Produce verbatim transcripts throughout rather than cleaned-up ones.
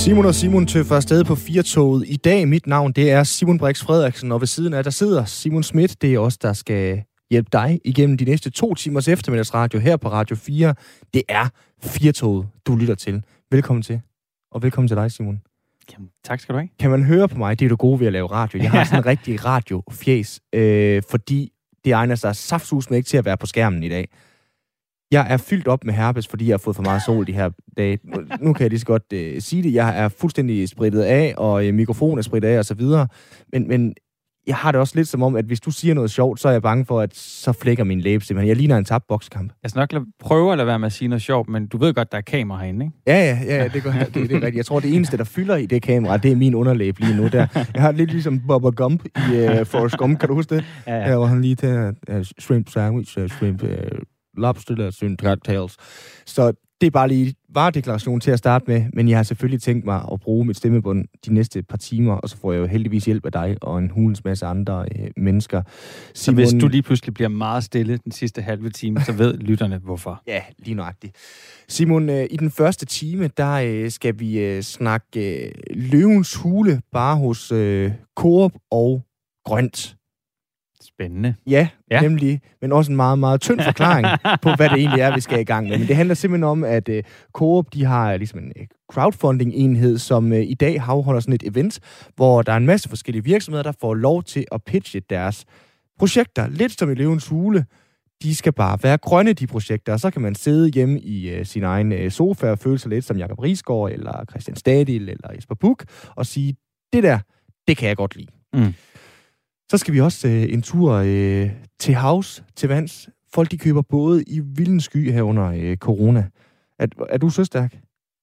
Simon og Simon tøffer afsted på Firtoget i dag. Mit navn, det er Simon Brix Frederiksen, og ved siden af, der sidder Simon Schmidt. Det er os, der skal hjælpe dig igennem de næste to timers eftermiddagsradio her på Radio fire. Det er Firtoget, du lytter til. Velkommen til. Og velkommen til dig, Simon. Jamen, tak skal du have. Kan man høre på mig, det er du gode ved at lave radio. Jeg har sådan en rigtig radiofjæs, øh, fordi det egner sig saftsus med ikke til at være på skærmen i dag. Jeg er fyldt op med herpes, fordi jeg har fået for meget sol de her dage. Nu kan jeg lige så godt øh, sige det. Jeg er fuldstændig spritet af, og øh, mikrofonen er spritet af, og så videre. Men, men jeg har det også lidt som om, at hvis du siger noget sjovt, så er jeg bange for, at så flækker min læbe simpelthen. Jeg ligner en tabt boksekamp. Jeg skal nok lade, prøve at lade være med at sige noget sjovt, men du ved godt, der er kamera herinde, ikke? Ja, ja, ja, det, går, det, det er rigtigt. Jeg tror, det eneste, der fylder i det kamera, det er min underlæbe lige nu. Der. Jeg har lidt ligesom Bubba Gump i uh, Forrest Gump, kan du huske det? Ja, ja. Der var han lige til uh, shrimp sandwich, uh, shrimp uh, lobster, eller shrimp cocktails. Så det er bare lige varedeklaration til at starte med, men jeg har selvfølgelig tænkt mig at bruge mit stemmebånd de næste par timer, og så får jeg jo heldigvis hjælp af dig og en hulens masse andre øh, mennesker. Simon... Så hvis du lige pludselig bliver meget stille den sidste halve time, så ved lytterne hvorfor. Ja, lige nøjagtigt. Simon, øh, i den første time, der øh, skal vi øh, snakke øh, Løvens Hule, bare hos øh, Coop og Grønt. Spændende. Ja, ja, nemlig, men også en meget, meget tynd forklaring på, hvad det egentlig er, vi skal i gang med. Men det handler simpelthen om, at uh, Coop, de har ligesom en crowdfunding-enhed, som uh, i dag afholder sådan et event, hvor der er en masse forskellige virksomheder, der får lov til at pitche deres projekter. Lidt som i Løvens Hule. De skal bare være grønne, de projekter, og så kan man sidde hjemme i uh, sin egen uh, sofa og føle sig lidt som Jakob Risgaard, eller Christian Stadil, eller Jesper Buch, og sige, det der, det kan jeg godt lide. Mm. Så skal vi også øh, en tur øh, til havs, til vands. Folk, de køber både i vilden sky her under øh, corona. Er, er du søstærk?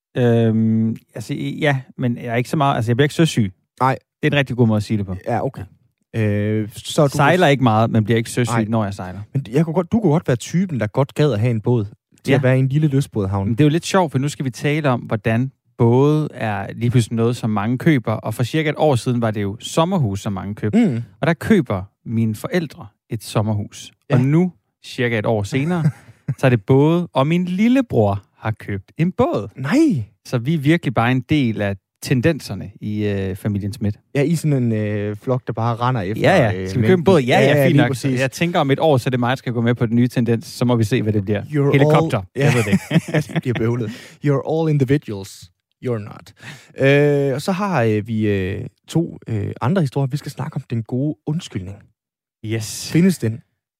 Øhm, altså, ja, men jeg er ikke så meget... Altså, jeg bliver ikke søsyg. Nej. Det er en rigtig god måde at sige det på. Ja, okay. Øh, så du sejler ikke meget, men bliver ikke søsyg, Nej. når jeg sejler. Men jeg kunne godt, du kunne godt være typen, der godt gad at have en båd. Til ja. at være i en lille lystbådhavn. Men det er jo lidt sjovt, for nu skal vi tale om, hvordan både er lige pludselig noget, som mange køber, og for cirka et år siden var det jo sommerhus, som mange købte. Mm. Og der køber mine forældre et sommerhus. Ja. Og nu, cirka et år senere, så er det både, og min lillebror har købt en båd. Nej! Så vi er virkelig bare en del af tendenserne i øh, familien Schmidt. Ja, i sådan en øh, flok, der bare render efter. Ja, ja. Skal vi købe en båd? Ja, ja, ja, fint nok. Præcis. Jeg tænker om et år, så er det mig, der skal gå med på den nye tendens. Så må vi se, hvad det bliver. You're Helikopter. All... Ja, jeg ved det. Det bliver bøvlet. You're all individuals. You're not. Øh, og så har øh, vi øh, to øh, andre historier. Vi skal snakke om den gode undskyldning. Yes. Findes den? Det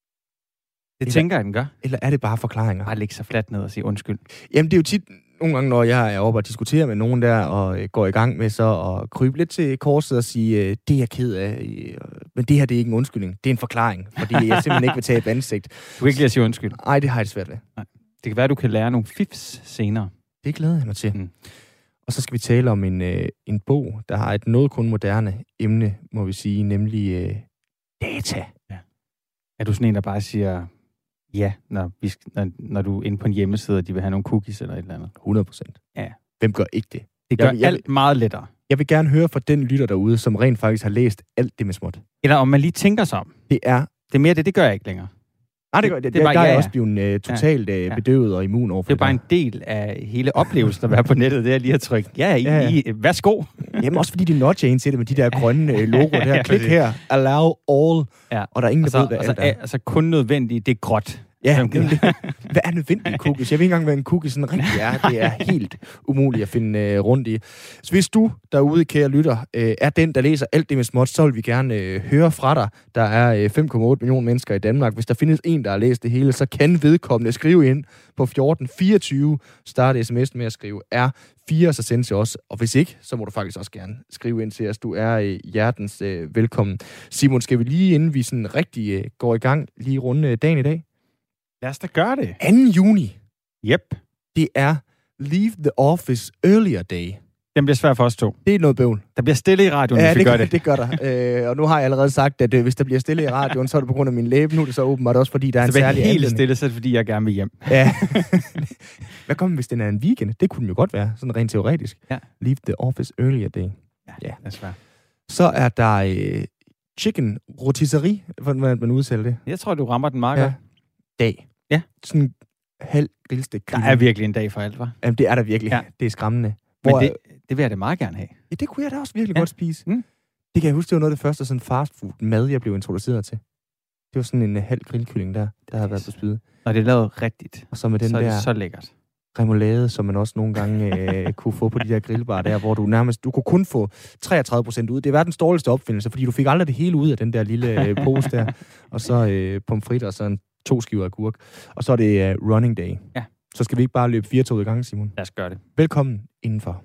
eller, tænker jeg, den gør. Eller er det bare forklaringer? Bare lægge sig fladt ned og sige undskyld. Jamen, det er jo tit nogle gange, når jeg er oppe og diskuterer med nogen der, og øh, går i gang med så at krybe lidt til korset og sige, øh, det er jeg ked af, øh, men det her, det er ikke en undskyldning. Det er en forklaring, fordi jeg simpelthen ikke vil tage et ansigt. Du kan ikke lide at sige undskyld? Nej, det har jeg det svært ved. Nej. Det kan være, at du kan lære nogle fifs senere. Det glæder jeg mig til. Mm. Og så skal vi tale om en, øh, en bog, der har et noget kun moderne emne, må vi sige, nemlig øh, data. Ja. Er du sådan en, der bare siger ja, når, vi, når, når du er inde på en hjemmeside, og de vil have nogle cookies eller et eller andet? hundrede procent. Ja. Hvem gør ikke det? Det gør jeg, jeg, alt meget lettere. Jeg vil gerne høre fra den lytter derude, som rent faktisk har læst alt det med småt. Eller om man lige tænker sig om. Det er... Det er mere det, det gør jeg ikke længere. Nej, det, det, det, det er bare, der er ja, ja. også blevet uh, totalt uh, ja. bedøvet og immun overfor det. Det er bare en del af hele oplevelsen at være på nettet, det er lige at trykke. Ja, I, ja, ja. I, værsgo. Jamen også fordi de notcher ind til det med de der grønne uh, logoer der. Klik her, allow all, ja. og der er ingen, der så, ved, hvad alt er. Altså kun nødvendigt, det er gråt. Ja, det, hvad er nødvendige cookies? Jeg ved ikke engang, hvad en cookie sådan rigtig er. Det er helt umuligt at finde uh, rundt i. Så hvis du derude, kære lytter, uh, er den, der læser alt det med småt, så vil vi gerne uh, høre fra dig. Der er uh, fem komma otte millioner mennesker i Danmark. Hvis der findes en, der har læst det hele, så kan vedkommende skrive ind på fjorten fireogtyve. Start sms'en med at skrive R fire, så send til os. Og hvis ikke, så må du faktisk også gerne skrive ind til os. Du er uh, hjertens uh, velkommen. Simon, skal vi lige, inden vi sådan rigtig uh, går i gang, lige runde uh, dagen i dag? Lad os da gøre det. anden juni. Yep. Det er Leave the Office Earlier Day. Den bliver svær for os to. Det er noget bøvl. Der bliver stille i radioen, ja, hvis vi det gør gør, det. det gør der. Øh, og nu har jeg allerede sagt, at øh, hvis der bliver stille i radioen, så er det på grund af min læbe. Nu er det så åbenbart også, fordi der er så en særlig helt anledning. stille, så er det, fordi jeg gerne vil hjem. Ja. Hvad kommer, hvis den er en weekend? Det kunne den jo godt være, sådan rent teoretisk. Ja. Leave the Office Earlier Day. Ja, ja. Det er svært. Så er der øh, chicken rotisserie, hvordan man udtaler det. Jeg tror, du rammer den meget ja. godt. Dag. Ja. Sådan halv grillstik. Der er virkelig en dag for alt, hva'? Jamen, det er der virkelig. Ja. Det er skræmmende. Hvor, Men det, det vil jeg da meget gerne have. Ja, det kunne jeg da også virkelig ja. godt spise. Mm. Det kan jeg huske, det var noget af det første sådan fastfood mad, jeg blev introduceret til. Det var sådan en uh, halv grillkylling der, der havde været på spide. Og det er lavet rigtigt. Og så med den så er der det så lækkert. remoulade, som man også nogle gange øh, kunne få på de der grillbarer der, hvor du nærmest, du kunne kun få treogtredive procent ud. Det er verdens dårligste opfindelse, fordi du fik aldrig det hele ud af den der lille øh, pose der. Og så øh, pomfritter og så en to skiver agurk. Og så er det øh, running day. Ja. Så skal vi ikke bare løbe fire tog i gang, Simon? Lad os gøre det. Velkommen indenfor.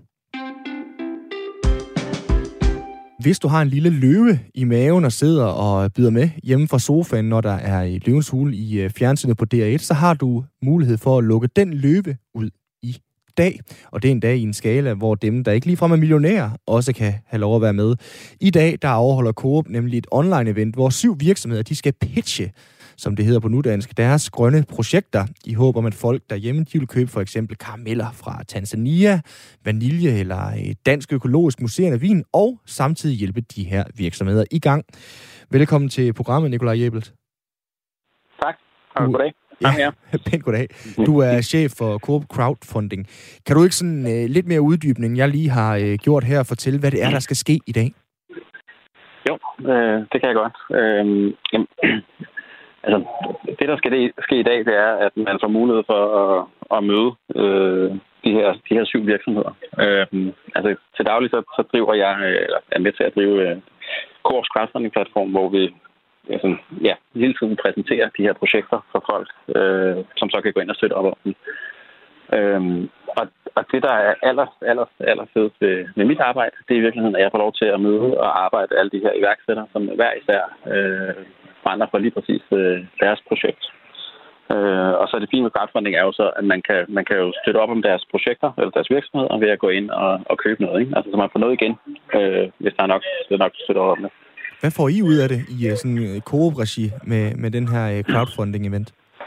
Hvis du har en lille løve i maven og sidder og byder med hjemme fra sofaen, når der er i Løvens Hule i fjernsynet på D R et, så har du mulighed for at lukke den løve ud i dag. Og det er en dag i en skala, hvor dem, der ikke ligefrem er millionærer, også kan have lov at være med. I dag, der afholder Coop nemlig et online-event, hvor syv virksomheder, de skal pitche, som det hedder på nudansk, deres grønne projekter, i håb om, at folk derhjemme, de vil købe for eksempel karameller fra Tanzania, vanilje eller et dansk økologisk museerne vin, og samtidig hjælpe de her virksomheder i gang. Velkommen til programmet, Nikolaj Jebelt. Tak, og goddag. Ja, pænt goddag. Du er chef for Coop Crowdfunding. Kan du ikke sådan uh, lidt mere uddybning, jeg lige har uh, gjort her, fortælle, hvad det er, der skal ske i dag? Jo, øh, det kan jeg godt. Øh, jamen, altså, det, der skal det, ske i dag, det er, at man får mulighed for at, at møde øh, de, her, de her syv virksomheder. Øh, altså, til daglig så, så driver jeg, eller er med til at drive øh, Coops Crowdfunding-platform, hvor vi altså, ja, hele tiden præsenterer de her projekter for folk, øh, som så kan gå ind og støtte op om dem. Øh, og, og det, der er aller, aller, aller fedest ved, ved mit arbejde, det er i virkeligheden, at jeg får lov til at møde og arbejde alle de her iværksættere, som hver især øh, brænder for lige præcis øh, deres projekt. Øh, og så det fine med crowdfunding er jo så, at man kan, man kan jo støtte op om deres projekter, eller deres virksomheder, ved at gå ind og, og købe noget. Ikke? Altså, så man får noget igen, øh, hvis der er nok, der er nok støtte op om det. Hvad får I ud af det i sådan en Coop-regi med, med den her crowdfunding-event?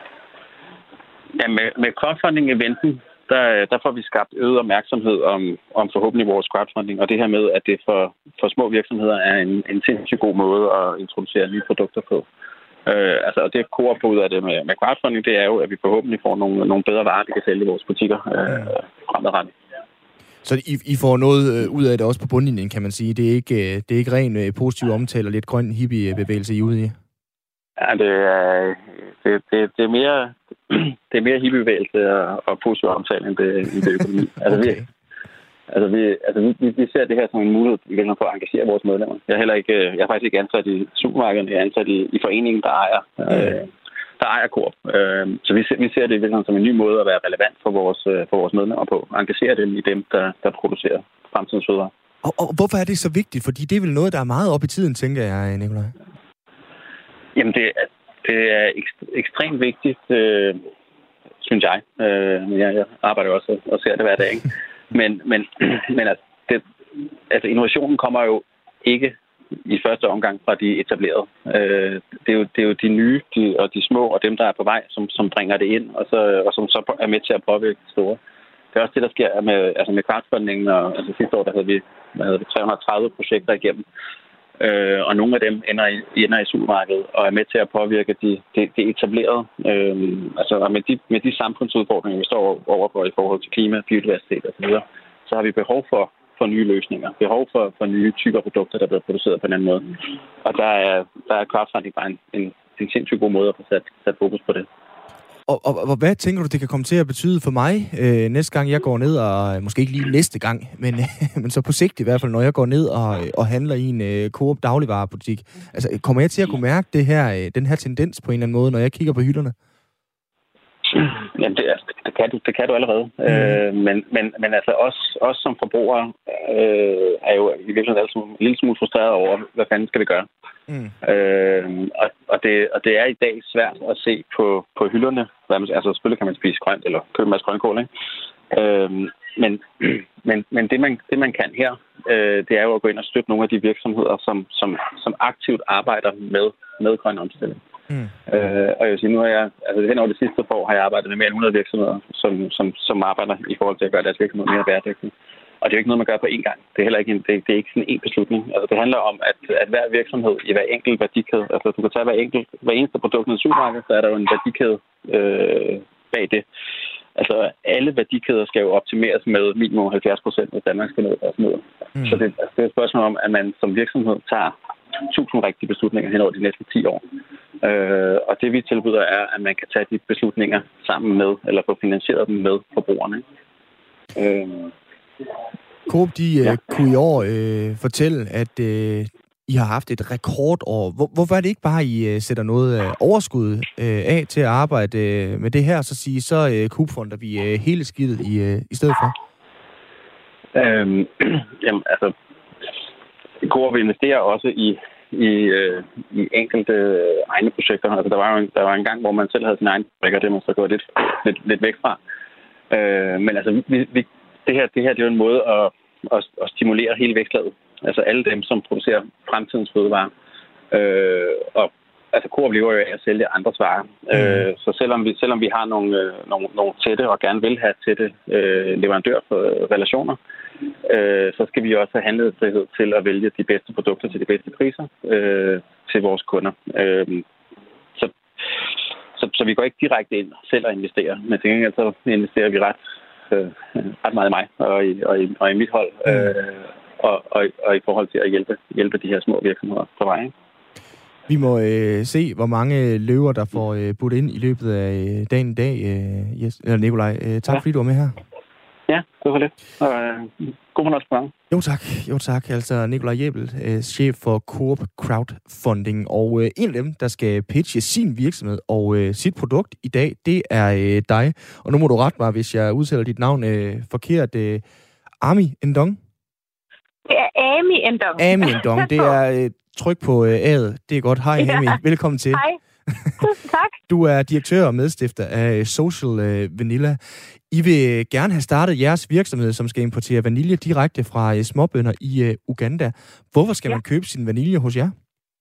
Ja, med, med crowdfunding-eventen, der, der får vi skabt øget opmærksomhed om, om forhåbentlig vores crowdfunding, og det her med, at det for, for små virksomheder er en, en sindssygt god måde at introducere nye produkter på. Øh, altså, og det Coop får ud af det med, med crowdfunding, det er jo, at vi forhåbentlig får nogle, nogle bedre varer, vi kan sælge i vores butikker øh, fremadrettet. Så I, I får noget øh, ud af det også på bundlinjen, kan man sige. Det er ikke, øh, det er ikke ren øh, positiv omtale og lidt grøn hippie-bevægelse, I er ude i? Ja, det er, det, det, det er mere, det er mere hippie-bevægelse og, og positiv omtale, end det, end det økonomi. Altså, okay. vi, altså, vi, altså vi, vi ser det her som en mulighed for at engagere vores medlemmer. Jeg er, heller ikke, jeg er faktisk ikke ansat i supermarkedet, jeg er ansat i, i foreningen, der ejer, øh, der ejer Coop. Øh, så vi ser, vi ser det som en ny måde at være relevant for vores, for vores medlemmer på. Engagere dem i dem, der, der producerer fremtidens fødevarer. Og, og hvorfor er det så vigtigt? Fordi det er vel noget, der er meget op i tiden, tænker jeg, Nikolaj. Jamen, det, det er ekst, ekstremt vigtigt, øh, synes jeg. Øh, jeg. Jeg arbejder også og ser det hver dag, ikke? Men, men, men altså, det, altså, innovationen kommer jo ikke i første omgang fra de etablerede. Øh, det, er jo, det er jo de nye de, og de små og dem, der er på vej, som, som bringer det ind, og, så, og som så er med til at påvirke det store. Det er også det, der sker med, altså med crowdfundingen. Og, altså sidste år, der havde vi, der havde vi tre hundrede og tredive projekter igennem. Øh, og nogle af dem ender i, ender i supermarkedet og er med til at påvirke de, de, de etablerede. Øh, altså med de, med de samfundsudfordringer, vi står overfor i forhold til klima, biodiversitet osv., så, så har vi behov for, for nye løsninger. Behov for, for nye typer produkter, der bliver produceret på en anden måde. Og der er, der er crowdfunding bare en, en, en sindssygt god måde at få sat, sat fokus på det. Og, og, og hvad tænker du, det kan komme til at betyde for mig øh, næste gang, jeg går ned, og måske ikke lige næste gang, men, men så på sigt i hvert fald, når jeg går ned og, og handler i en øh, Coop dagligvarebutik. Altså, kommer jeg til at kunne mærke det her, øh, den her tendens på en eller anden måde, når jeg kigger på hylderne? Jamen, det, det, kan, du, det kan du allerede. Mm. Øh, men, men, men altså, os, os som forbrugere øh, er jo i virkeligheden altså en lille smule frustreret over, hvad fanden skal vi gøre? Mm. Øh, og, og, det, og det er i dag svært at se på, på hylderne. Altså, selvfølgelig kan man spise grønt, eller købe en masse grønkål, ikke? Øh, men men, men det, man, det, man kan her, øh, det er jo at gå ind og støtte nogle af de virksomheder, som, som, som aktivt arbejder med, med grøn omstilling. Mm. Øh, og jeg vil sige, nu har jeg, altså hen over det sidste år, har jeg arbejdet med mere end hundrede virksomheder, som, som, som arbejder i forhold til at gøre deres virksomhed mere bæredygtig. Og det er jo ikke noget, man gør på én gang. Det er heller ikke en, det, det er ikke sådan en beslutning. Altså, det handler om, at, at hver virksomhed i hver enkelt værdikæde, altså du kan tage hver, enkelt, hver eneste produkt i supermarkedet, så er der jo en værdikæde øh, bag det. Altså, alle værdikæder skal jo optimeres med minimum halvfjerds procent af Danmarks fornødenheder. Mm. Så det, altså, det er et spørgsmål om, at man som virksomhed tager tusind rigtige beslutninger hen over de næste ti år. Øh, og det vi tilbyder er, at man kan tage de beslutninger sammen med, eller få finansieret dem med forbrugerne. Øh, Coop, de ja. uh, kunne i år uh, fortælle, at uh, I har haft et rekordår. Hvor, hvorfor er det ikke bare, I uh, sætter noget uh, overskud uh, af til at arbejde uh, med det her, så sige, så uh, Coop-fonder vi uh, hele skidtet i, uh, i stedet for? Øhm, jamen, altså, Coop investerer også i, i, øh, i enkelte øh, egne projekter. Altså, der var jo en, der var en gang, hvor man selv havde sin egen projekter, det må så gå lidt, lidt, lidt væk fra. Øh, men altså, vi, vi, det, her, det her det er jo en måde at, at, at stimulere hele vækstlaget. Altså alle dem, som producerer fremtidens fødevarer. Øh, og altså, Coop lever jo af at sælge andres varer. Mm. Øh, så selvom vi, selvom vi har nogle, øh, nogle, nogle tætte og gerne vil have tætte øh, leverandørrelationer, øh, så skal vi også have handlefrihed til at vælge de bedste produkter til de bedste priser øh, til vores kunder. Øh, så, så, så vi går ikke direkte ind selv og investerer, men til gengæld så investerer vi ret, øh, ret meget i mig og i, og i, og i mit hold, øh, og, og, og i forhold til at hjælpe, hjælpe de her små virksomheder på vej. Vi må øh, se, hvor mange løver, der får øh, budt ind i løbet af øh, dagen i dag. Øh, yes, eller Nikolaj, øh, tak ja. fordi du var med her. Ja, det var lidt. Og, øh, god fornøjelse på gang. Jo tak, jo tak. Altså Nikolaj Jebel, øh, chef for Coop Crowdfunding. Og øh, en af dem, der skal pitche sin virksomhed og øh, sit produkt i dag, det er øh, dig. Og nu må du rette mig, hvis jeg udtaler dit navn øh, forkert. Øh, Ami Ndong? Det er Ami Ndong. Ami Ndong, det er... Øh, Tryk på øh, A'et. Det er godt. Hej, ja. Ami. Velkommen til. Hej. Tak. Du er direktør og medstifter af Social øh, Vanilla. I vil gerne have startet jeres virksomhed, som skal importere vanilje direkte fra øh, småbønder i øh, Uganda. Hvorfor skal ja. man købe sin vanilje hos jer?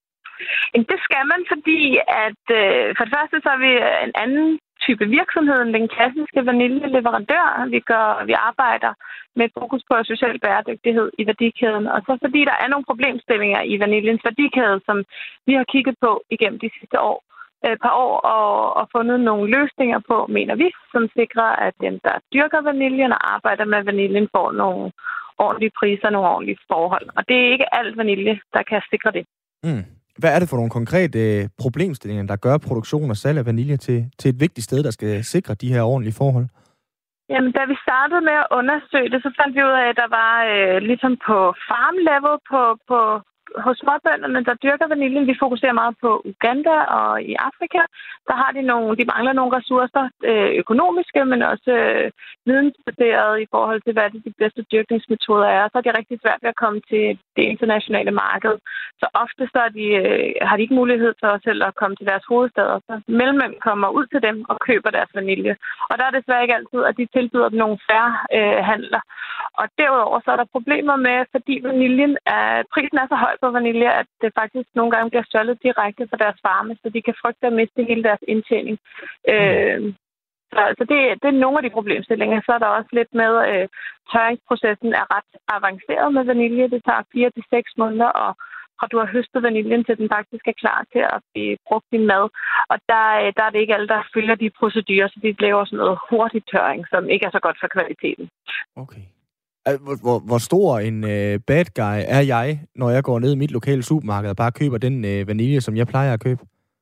Det skal man, fordi at øh, for det første så er vi en anden type virksomhed end den klassiske vaniljeleverandør. Vi, gør, vi arbejder med et fokus på social bæredygtighed i værdikæden. Og så fordi der er nogle problemstillinger i vaniljens værdikæde, som vi har kigget på igennem de sidste år, et par år og, og fundet nogle løsninger på, mener vi, som sikrer, at dem, der dyrker vaniljen og arbejder med vaniljen, får nogle ordentlige priser, nogle ordentlige forhold. Og det er ikke alt vanilje, der kan sikre det. Mm. Hvad er det for nogle konkrete øh, problemstillinger, der gør produktion og salg af vanilje til, til et vigtigt sted, der skal sikre de her ordentlige forhold? Jamen, da vi startede med at undersøge det, så fandt vi ud af, at der var øh, ligesom på farm level, på, på, hos småbønderne, der dyrker vaniljen. Vi fokuserer meget på Uganda og i Afrika. Der har de nogle, de mangler nogle ressourcer, øh, økonomiske, men også øh, vidensbaseret i forhold til, hvad det de bedste dyrkningsmetoder er. Så er det rigtig svært ved at komme til det internationale marked. Så ofte så er de, øh, har de ikke mulighed for selv at komme til deres hovedsteder. Så mellemmænd kommer ud til dem og køber deres vanilje. Og der er det desværre ikke altid, at de tilbyder dem nogle færre øh, handler. Og derudover så er der problemer med, fordi vaniljen er, prisen er så høj på vanilje, at det faktisk nogle gange bliver stjålet direkte fra deres farme, så de kan frygte at miste hele deres indtjening. Mm. Øh, så så det, det er nogle af de problemstillinger. Så er der også lidt med, at øh, tørringsprocessen er ret avanceret med vanilje. Det tager fire til seks måneder, og fra du har høstet vaniljen, til den faktisk er klar til at blive brugt i mad. Og der, der er det ikke alle, der følger de procedurer, så de laver sådan noget hurtig tørring, som ikke er så godt for kvaliteten. Okay. Hvor, hvor, hvor stor en øh, bad guy er jeg, når jeg går ned i mit lokale supermarked og bare køber den øh, vanilje, som jeg plejer at købe?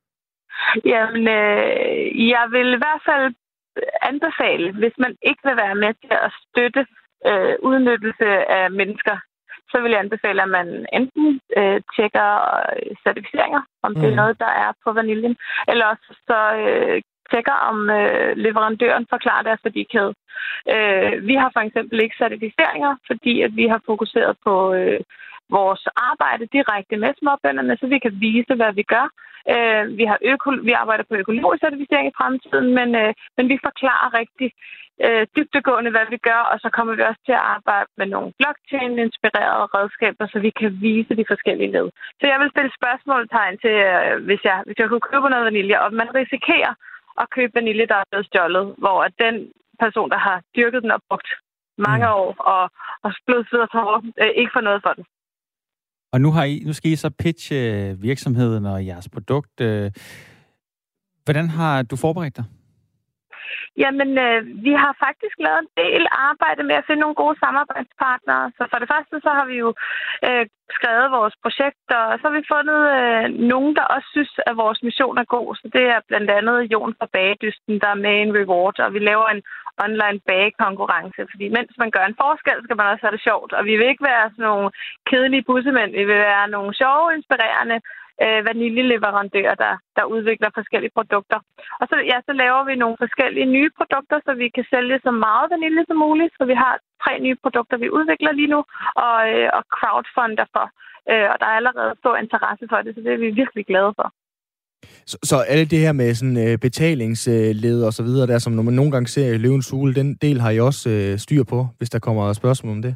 Jamen, øh, jeg vil i hvert fald anbefale, hvis man ikke vil være med til at støtte øh, udnyttelse af mennesker, så vil jeg anbefale, at man enten øh, tjekker certificeringer, om mm. det er noget, der er på vaniljen, eller også så øh, tjekker, om øh, leverandøren forklarer deres værdikæde. Øh, vi har for eksempel ikke certificeringer, fordi at vi har fokuseret på øh, vores arbejde direkte med småbønderne, så vi kan vise, hvad vi gør. Øh, vi, har øko- vi arbejder på økologisk certificering i fremtiden, men, øh, men vi forklarer rigtig øh, dybdegående, hvad vi gør, og så kommer vi også til at arbejde med nogle blockchain-inspirerede redskaber, så vi kan vise de forskellige led. Så jeg vil stille spørgsmålstegn til, øh, hvis, jeg, hvis jeg kunne købe noget vanilje, og man risikerer at købe vanilje, der er blevet stjålet, hvor at den person, der har dyrket den og brugt mange år og, og blod, sved og tårer, øh, ikke får noget for den. Og nu, har I, nu skal I så pitche virksomheden og jeres produkt. Hvordan har du forberedt dig? Jamen, øh, vi har faktisk lavet en del arbejde med at finde nogle gode samarbejdspartnere. Så for det første, så har vi jo øh, skrevet vores projekter, og så har vi fundet øh, nogen, der også synes, at vores mission er god. Så det er blandt andet Jon fra Bagedysten, der er med en reward, og vi laver en online bagekonkurrence. Fordi mens man gør en forskel, skal man også have det sjovt. Og vi vil ikke være sådan nogle kedelige bussemænd. Vi vil være nogle sjove, inspirerende øh, vaniljeleverandører, der, der udvikler forskellige produkter. Og så, ja, så laver vi nogle forskellige nye produkter, så vi kan sælge så meget vanilje som muligt. Så vi har tre nye produkter, vi udvikler lige nu, og, øh, og crowdfunder for. Øh, og der er allerede stor interesse for det, så det er vi virkelig glade for. Så, så alt det her med sådan øh, betalingsled og så videre, der som når man nogle gange ser i Løvens Hule, den del har I også øh, styr på, hvis der kommer spørgsmål om det?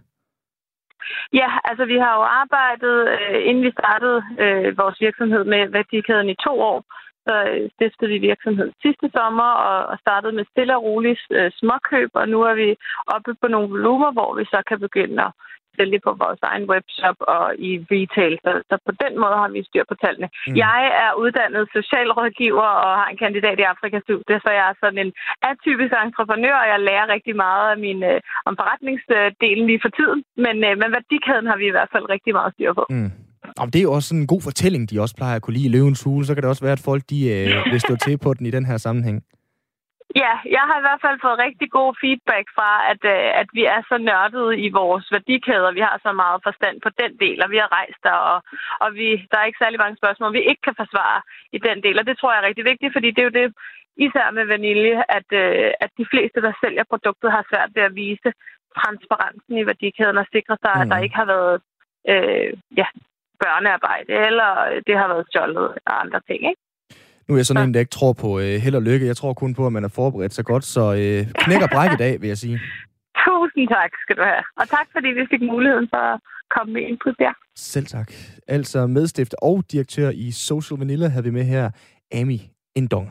Ja, altså vi har jo arbejdet, øh, inden vi startede øh, vores virksomhed med værdikæden i to år, så øh, stiftede vi virksomhed sidste sommer og, og startede med stille og roligt øh, småkøb, og nu er vi oppe på nogle volumer, hvor vi så kan begynde at sælge på vores egen webshop og i retail. Så, så på den måde har vi styr på tallene. Mm. Jeg er uddannet socialrådgiver og har en kandidat i Afrikastudiet, så jeg er sådan en atypisk entreprenør, og jeg lærer rigtig meget af min, øh, om forretningsdelen lige for tiden. Men, øh, men værdikæden har vi i hvert fald rigtig meget styr på. Mm. Og det er jo også sådan en god fortælling, de også plejer at kunne lide i Løvens Hule. Så kan det også være, at folk de, øh, vil stå til på den i den her sammenhæng. Ja, jeg har i hvert fald fået rigtig god feedback fra, at, øh, at vi er så nørdede i vores værdikæder. Vi har så meget forstand på den del, og vi har rejst der, og, og vi, der er ikke særlig mange spørgsmål, vi ikke kan forsvare i den del. Og det tror jeg er rigtig vigtigt, fordi det er jo det, især med vanilje, at, øh, at de fleste, der sælger produktet, har svært ved at vise transparensen i værdikæden og sikre sig, mm. at der ikke har været øh, ja, børnearbejde, eller det har været stjålet og andre ting, ikke? Nu er jeg sådan ja. en, der ikke tror på øh, held og lykke. Jeg tror kun på, at man er forberedt så godt, så øh, knæk og bræk i dag, vil jeg sige. Tusind tak skal du have. Og tak, fordi vi fik muligheden for at komme med ind på der. Selv tak. Altså medstifter og direktør i Social Vanilla havde vi med her, Ami Ndong.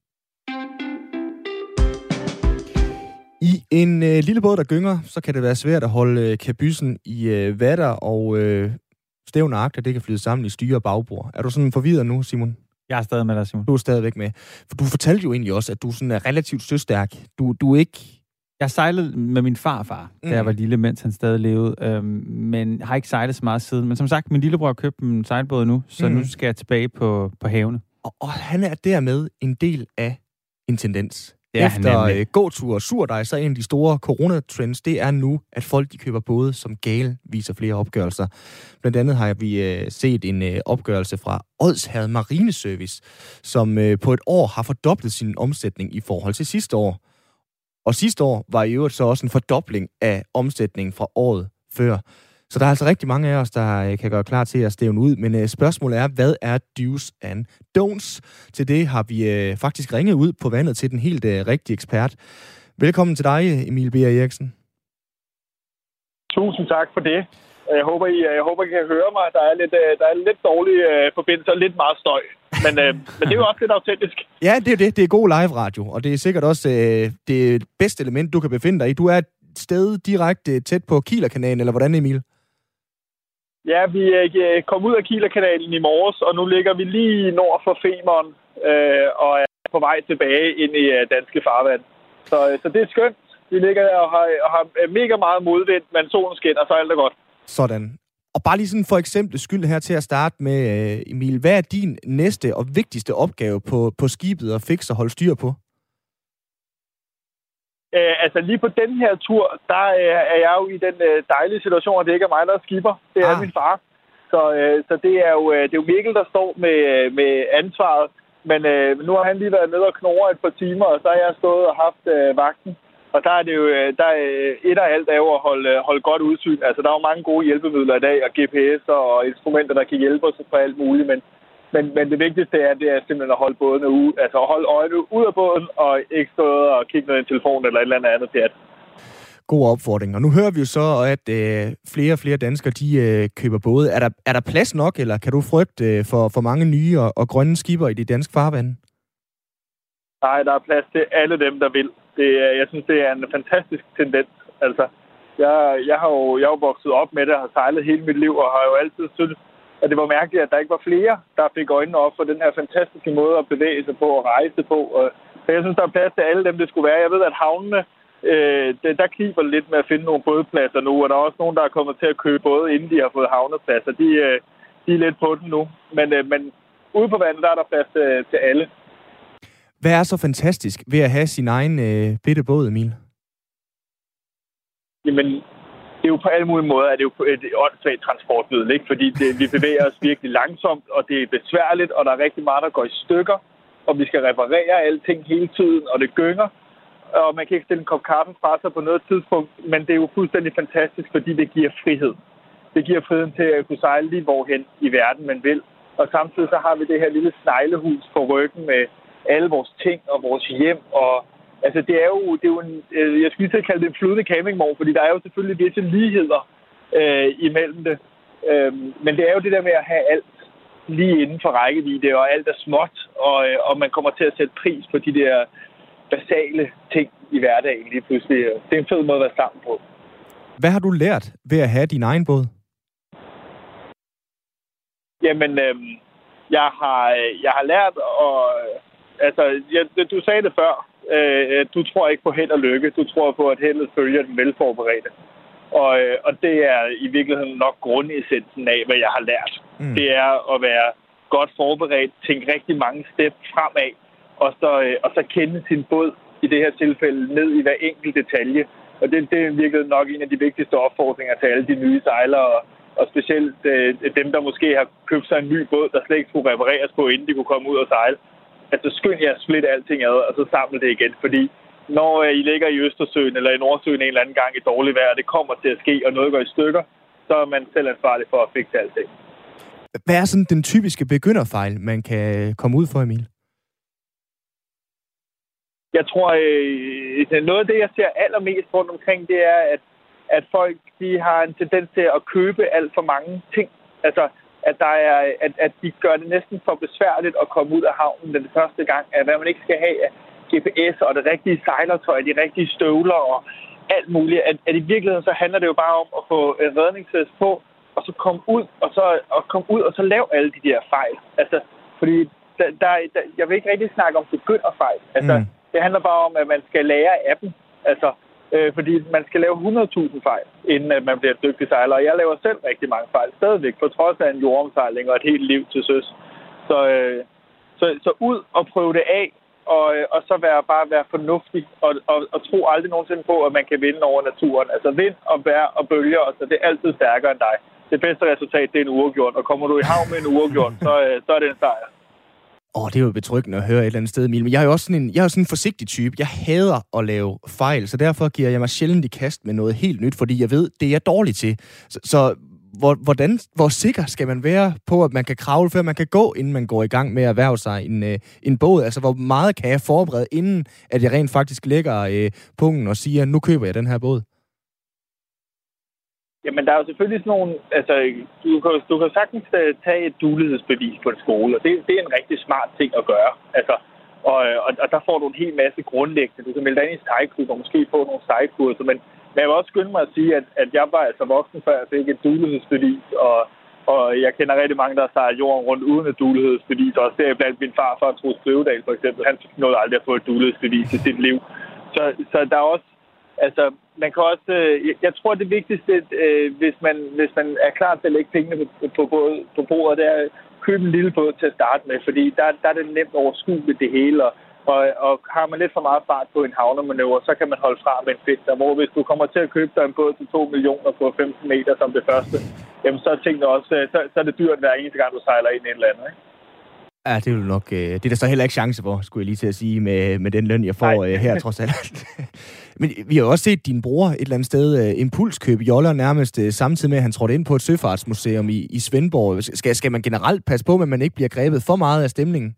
I en øh, lille båd, der gynger, så kan det være svært at holde øh, kabysen i øh, vatter, og øh, stævn og agter, det kan flyde sammen i styre og bagbord. Er du sådan forvirret nu, Simon? Jeg er stadig med dig, Simon. Du er stadigvæk med. For du fortalte jo egentlig også, at du sådan er relativt søstærk. Du, du er ikke... Jeg sejlede med min farfar, mm. da jeg var lille, mens han stadig levede. Øhm, men har ikke sejlet så meget siden. Men som sagt, min lillebror har købt en sejlbåd nu, så mm. nu skal jeg tilbage på, på havene. Og, og han er dermed en del af en tendens. Ja, efter gåtur og surdej, så er en af de store coronatrends, det er nu, at folk de køber både som gale, viser flere opgørelser. Blandt andet har vi øh, set en øh, opgørelse fra Odsherred Marineservice, som øh, på et år har fordoblet sin omsætning i forhold til sidste år. Og sidste år var i øvrigt så også en fordobling af omsætningen fra året før. Så der er altså rigtig mange af os, der kan gøre klar til at stævne ud. Men øh, spørgsmålet er, hvad er do's and don'ts? Til det har vi øh, faktisk ringet ud på vandet til den helt øh, rigtige ekspert. Velkommen til dig, Emil B. Eriksen. Tusind tak for det. Jeg håber, I, jeg håber, I kan høre mig. Der er lidt, der er lidt dårlig øh, forbindelse og lidt meget støj. Men, øh, men det er jo også lidt autentisk. Ja, det er det. Det er god live-radio. Og det er sikkert også øh, det bedste element, du kan befinde dig i. Du er et sted direkte tæt på Kielerkanalen, eller hvordan, Emil? Ja, vi kom ud af Kielerkanalen i morges, og nu ligger vi lige nord for Femern øh, og er på vej tilbage ind i danske farvand. Så, så det er skønt. Vi ligger og har, og har mega meget modvind, men solen skinner, så alt er godt. Sådan. Og bare lige sådan for eksempel skyld her til at starte med, Emil. Hvad er din næste og vigtigste opgave på, på skibet at fikse og holde styr på? Øh, altså lige på den her tur, der øh, er jeg jo i den øh, dejlige situation, at det ikke er mig, der er skipper. Det er ah. min far. Så, øh, så det er jo øh, det er jo Mikkel, der står med, med ansvaret. Men øh, nu har han lige været nede og knurre et par timer, og så har jeg stået og haft øh, vagten. Og der er det jo der er et af alt er jo at holde, holde godt udsyn. Altså der er jo mange gode hjælpemidler i dag, og G P S'er og instrumenter, der kan hjælpe os på alt muligt. Men Men, men det vigtigste er, det er simpelthen at holde bådene ude, altså at holde øjnene ud af båden, og ikke stå og kigge ned i en telefon eller et eller andet andet pjat. God opfordring. Og nu hører vi jo så, at øh, flere og flere danskere, de øh, køber både. Er der, er der plads nok, eller kan du frygte øh, for, for mange nye og, og grønne skipper i de danske farvande? Nej, der er plads til alle dem, der vil. Det, jeg synes, det er en fantastisk tendens. Altså, jeg, jeg har jo jeg har jo vokset op med det og har sejlet hele mit liv, og har jo altid syntes, at det var mærkeligt, at der ikke var flere, der fik øjnene op for den her fantastiske måde at bevæge sig på og rejse på. Og Så jeg synes, der er plads til alle dem, det skulle være. Jeg ved, at havnene, øh, det, der kniber lidt med at finde nogle bådpladser nu, og der er også nogen, der er kommet til at købe både, inden de har fået havnepladser. De, øh, de er lidt på den nu. Men, øh, men ude på vandet, der er der plads til, til alle. Hvad er så fantastisk ved at have sin egen øh, bitte båd, Emil? Jamen, det er jo på alle mulige måder, at det er jo et åndssvagt transportmiddel, ikke? Fordi det, vi bevæger os virkelig langsomt, og det er besværligt, og der er rigtig meget, der går i stykker, og vi skal reparere alting hele tiden, og det gynger, og man kan ikke stille en kop kaffe fra sig på noget tidspunkt, men det er jo fuldstændig fantastisk, fordi det giver frihed. Det giver friheden til at kunne sejle lige hvorhen i verden man vil, og samtidig så har vi det her lille sneglehus på ryggen med alle vores ting og vores hjem, og altså, det er jo, det er jo en, jeg skulle lige til at kalde det en flydende campingvogn, fordi der er jo selvfølgelig visse ligheder øh, imellem det. Øh, men det er jo det der med at have alt lige inden for rækkevidde, og alt er småt, og, og man kommer til at sætte pris på de der basale ting i hverdagen lige pludselig. Det er en fed måde at være sammen på. Hvad har du lært ved at have din egen båd? Jamen, øh, jeg, har, jeg har lært, og altså, jeg, du sagde det før, øh, du tror ikke på held og lykke, du tror på, at heldet følger den velforberedte. Og, og det er i virkeligheden nok grundessensen af, hvad jeg har lært. Mm. Det er at være godt forberedt, tænke rigtig mange step fremad, og så, og så kende sin båd, i det her tilfælde, ned i hver enkelt detalje. Og det, det er virkelig nok en af de vigtigste opfordringer til alle de nye sejlere, og specielt øh, dem, der måske har købt sig en ny båd, der slet ikke skulle repareres på, inden de kunne komme ud og sejle. Altså skynd jer at splitte alting ad, og så samle det igen, fordi når I ligger i Østersøen eller i Nordsøen en eller anden gang i dårligt vejr, det kommer til at ske, og noget går i stykker, så er man selv ansvarlig for at fikse alting. Hvad er sådan den typiske begynderfejl, man kan komme ud for, Emil? Jeg tror, øh, noget af det, jeg ser allermest rundt omkring, det er, at, at folk de har en tendens til at købe alt for mange ting. Altså, at, der er, at, at de gør det næsten for besværligt at komme ud af havnen den første gang, at hvad man ikke skal have af G P S og det rigtige sejlertøj, de rigtige støvler og alt muligt. At, at i virkeligheden så handler det jo bare om at få redningsvest på, og så komme ud og så og komme ud og så lave alle de der fejl. Altså, fordi der, der, der, jeg vil ikke rigtig snakke om begynderfejl. Altså, mm. det handler bare om, at man skal lære af dem. Altså, øh, fordi man skal lave hundrede tusind fejl, inden at man bliver dygtig sejler. Og jeg laver selv rigtig mange fejl stadigvæk, på trods af en jordomsejling og et helt liv til søs. Så, øh, så, så ud og prøve det af, og, og så være, bare være fornuftig, og, og, og tro aldrig nogensinde på, at man kan vinde over naturen. Altså vind og vejr og bølger, og så det er altid stærkere end dig. Det bedste resultat, det er en uafgjort, og kommer du i havn med en uafgjort, så, så er det en sejr. Åh, oh, det er jo betryggende at høre et eller andet sted, Emil. Men jeg er jo også sådan en, jeg er jo sådan en forsigtig type. Jeg hader at lave fejl, så derfor giver jeg mig sjældent i kast med noget helt nyt, fordi jeg ved, det er jeg dårlig til. Så, så hvor, hvordan, hvor sikker skal man være på, at man kan kravle, før man kan gå, inden man går i gang med at erhverve sig en, øh, en båd? Altså, hvor meget kan jeg forberede, inden at jeg rent faktisk lægger øh, pungen og siger, nu køber jeg den her båd? Jamen, der er jo selvfølgelig sådan nogle... Altså, du kan, du kan sagtens tage et duelighedsbevis på en skole, og det, det er en rigtig smart ting at gøre. Altså, og, og, og der får du en hel masse grundlæggende. Du kan melde dig ind i sejlklub og måske få nogle sejlkurser, men, men jeg vil også skynde mig at sige, at, at jeg var altså voksen, før jeg fik et duelighedsbevis, og, og jeg kender rigtig mange, der har sejlet jorden rundt uden et duelighedsbevis, og også deriblandt min far fra Troels Kløvedal, for eksempel. Han nåede aldrig at få et duelighedsbevis i sit liv. Så, så der er også... Altså, man kan også... Øh, jeg tror, det vigtigste, øh, hvis, man, hvis man er klar til at lægge pengene på, på, på, på bordet, det er at købe en lille båd til at starte med, fordi der, der er det nemt overskueligt det hele, og, og, og har man lidt for meget fart på en havnemanøvre, så kan man holde fra med en fisker, hvor hvis du kommer til at købe dig en båd til to millioner på femten meter som det første, jamen så er tingene også, så, så er det dyrt hver eneste gang, du sejler ind i et eller andet, ikke? Ja, det er jo nok... Øh, det er der så heller ikke chance for, skulle jeg lige til at sige, med, med den løn, jeg får øh, her, trods alt. Men vi har jo også set din bror et eller andet sted øh, impulskøbe joller nærmest øh, samtidig med, at han trådte ind på et søfartsmuseum i, i Svendborg. Skal, skal man generelt passe på, at man ikke bliver grebet for meget af stemningen?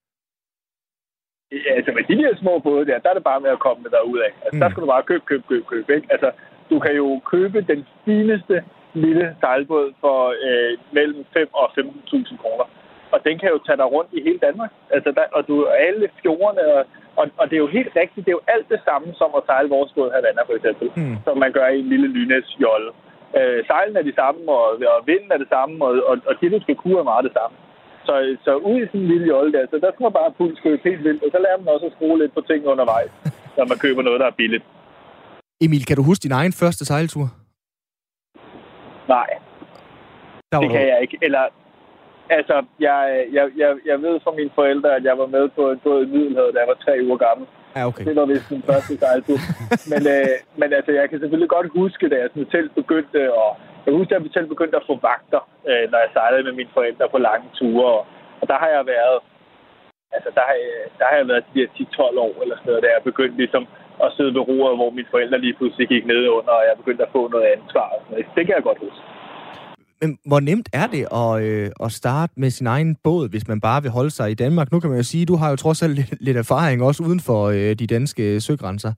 Ja, altså med de her små både der, der er det bare med at komme derud af. Altså, mm. Der skal du bare købe, købe, købe, købe, ikke? Altså, du kan jo købe den fineste lille sejlbåd for øh, mellem fem og femten tusind kroner. Og den kan jo tage dig rundt i hele Danmark. Altså, der, og du alle fjordene, og, og, og det er jo helt rigtigt. Det er jo alt det samme som at sejle vores båd Havana, for eksempel. Mm. Som man gør i en lille Lynes-jolle. Øh, sejlen er de samme, og, og vinden er det samme, og, og, og det, du skal kunne, er meget det samme. Så, så ud i sådan en lille jolle der, så der skal man bare puls købe helt vildt, og så lærer man også at skrue lidt på ting undervejs, når man køber noget, der er billigt. Emil, kan du huske din egen første sejltur? Nej, det kan jeg ikke. Eller, altså, jeg, jeg, jeg, jeg ved fra mine forældre, at jeg var med på en båd i Middelhavet, da jeg var tre uger gammel. Ja, okay. Det var vist den første sejltur. men, øh, men altså, jeg kan selvfølgelig godt huske, da jeg sådan selv begyndte at... Jeg husker, at jeg selv begyndte at få vagter, øh, når jeg sejlede med mine forældre på lange ture. Og, og der har jeg været... Altså, der har, jeg, der har jeg været de her ti tolv år eller sådan noget, da jeg begyndte ligesom at sidde ved roret, hvor mine forældre lige pludselig gik ned under, og jeg begyndte at få noget ansvar. Det kan jeg godt huske. Men hvor nemt er det at, øh, at starte med sin egen båd, hvis man bare vil holde sig i Danmark? Nu kan man jo sige, at du har jo trods alt lidt, lidt erfaring også uden for øh, de danske søgrænser.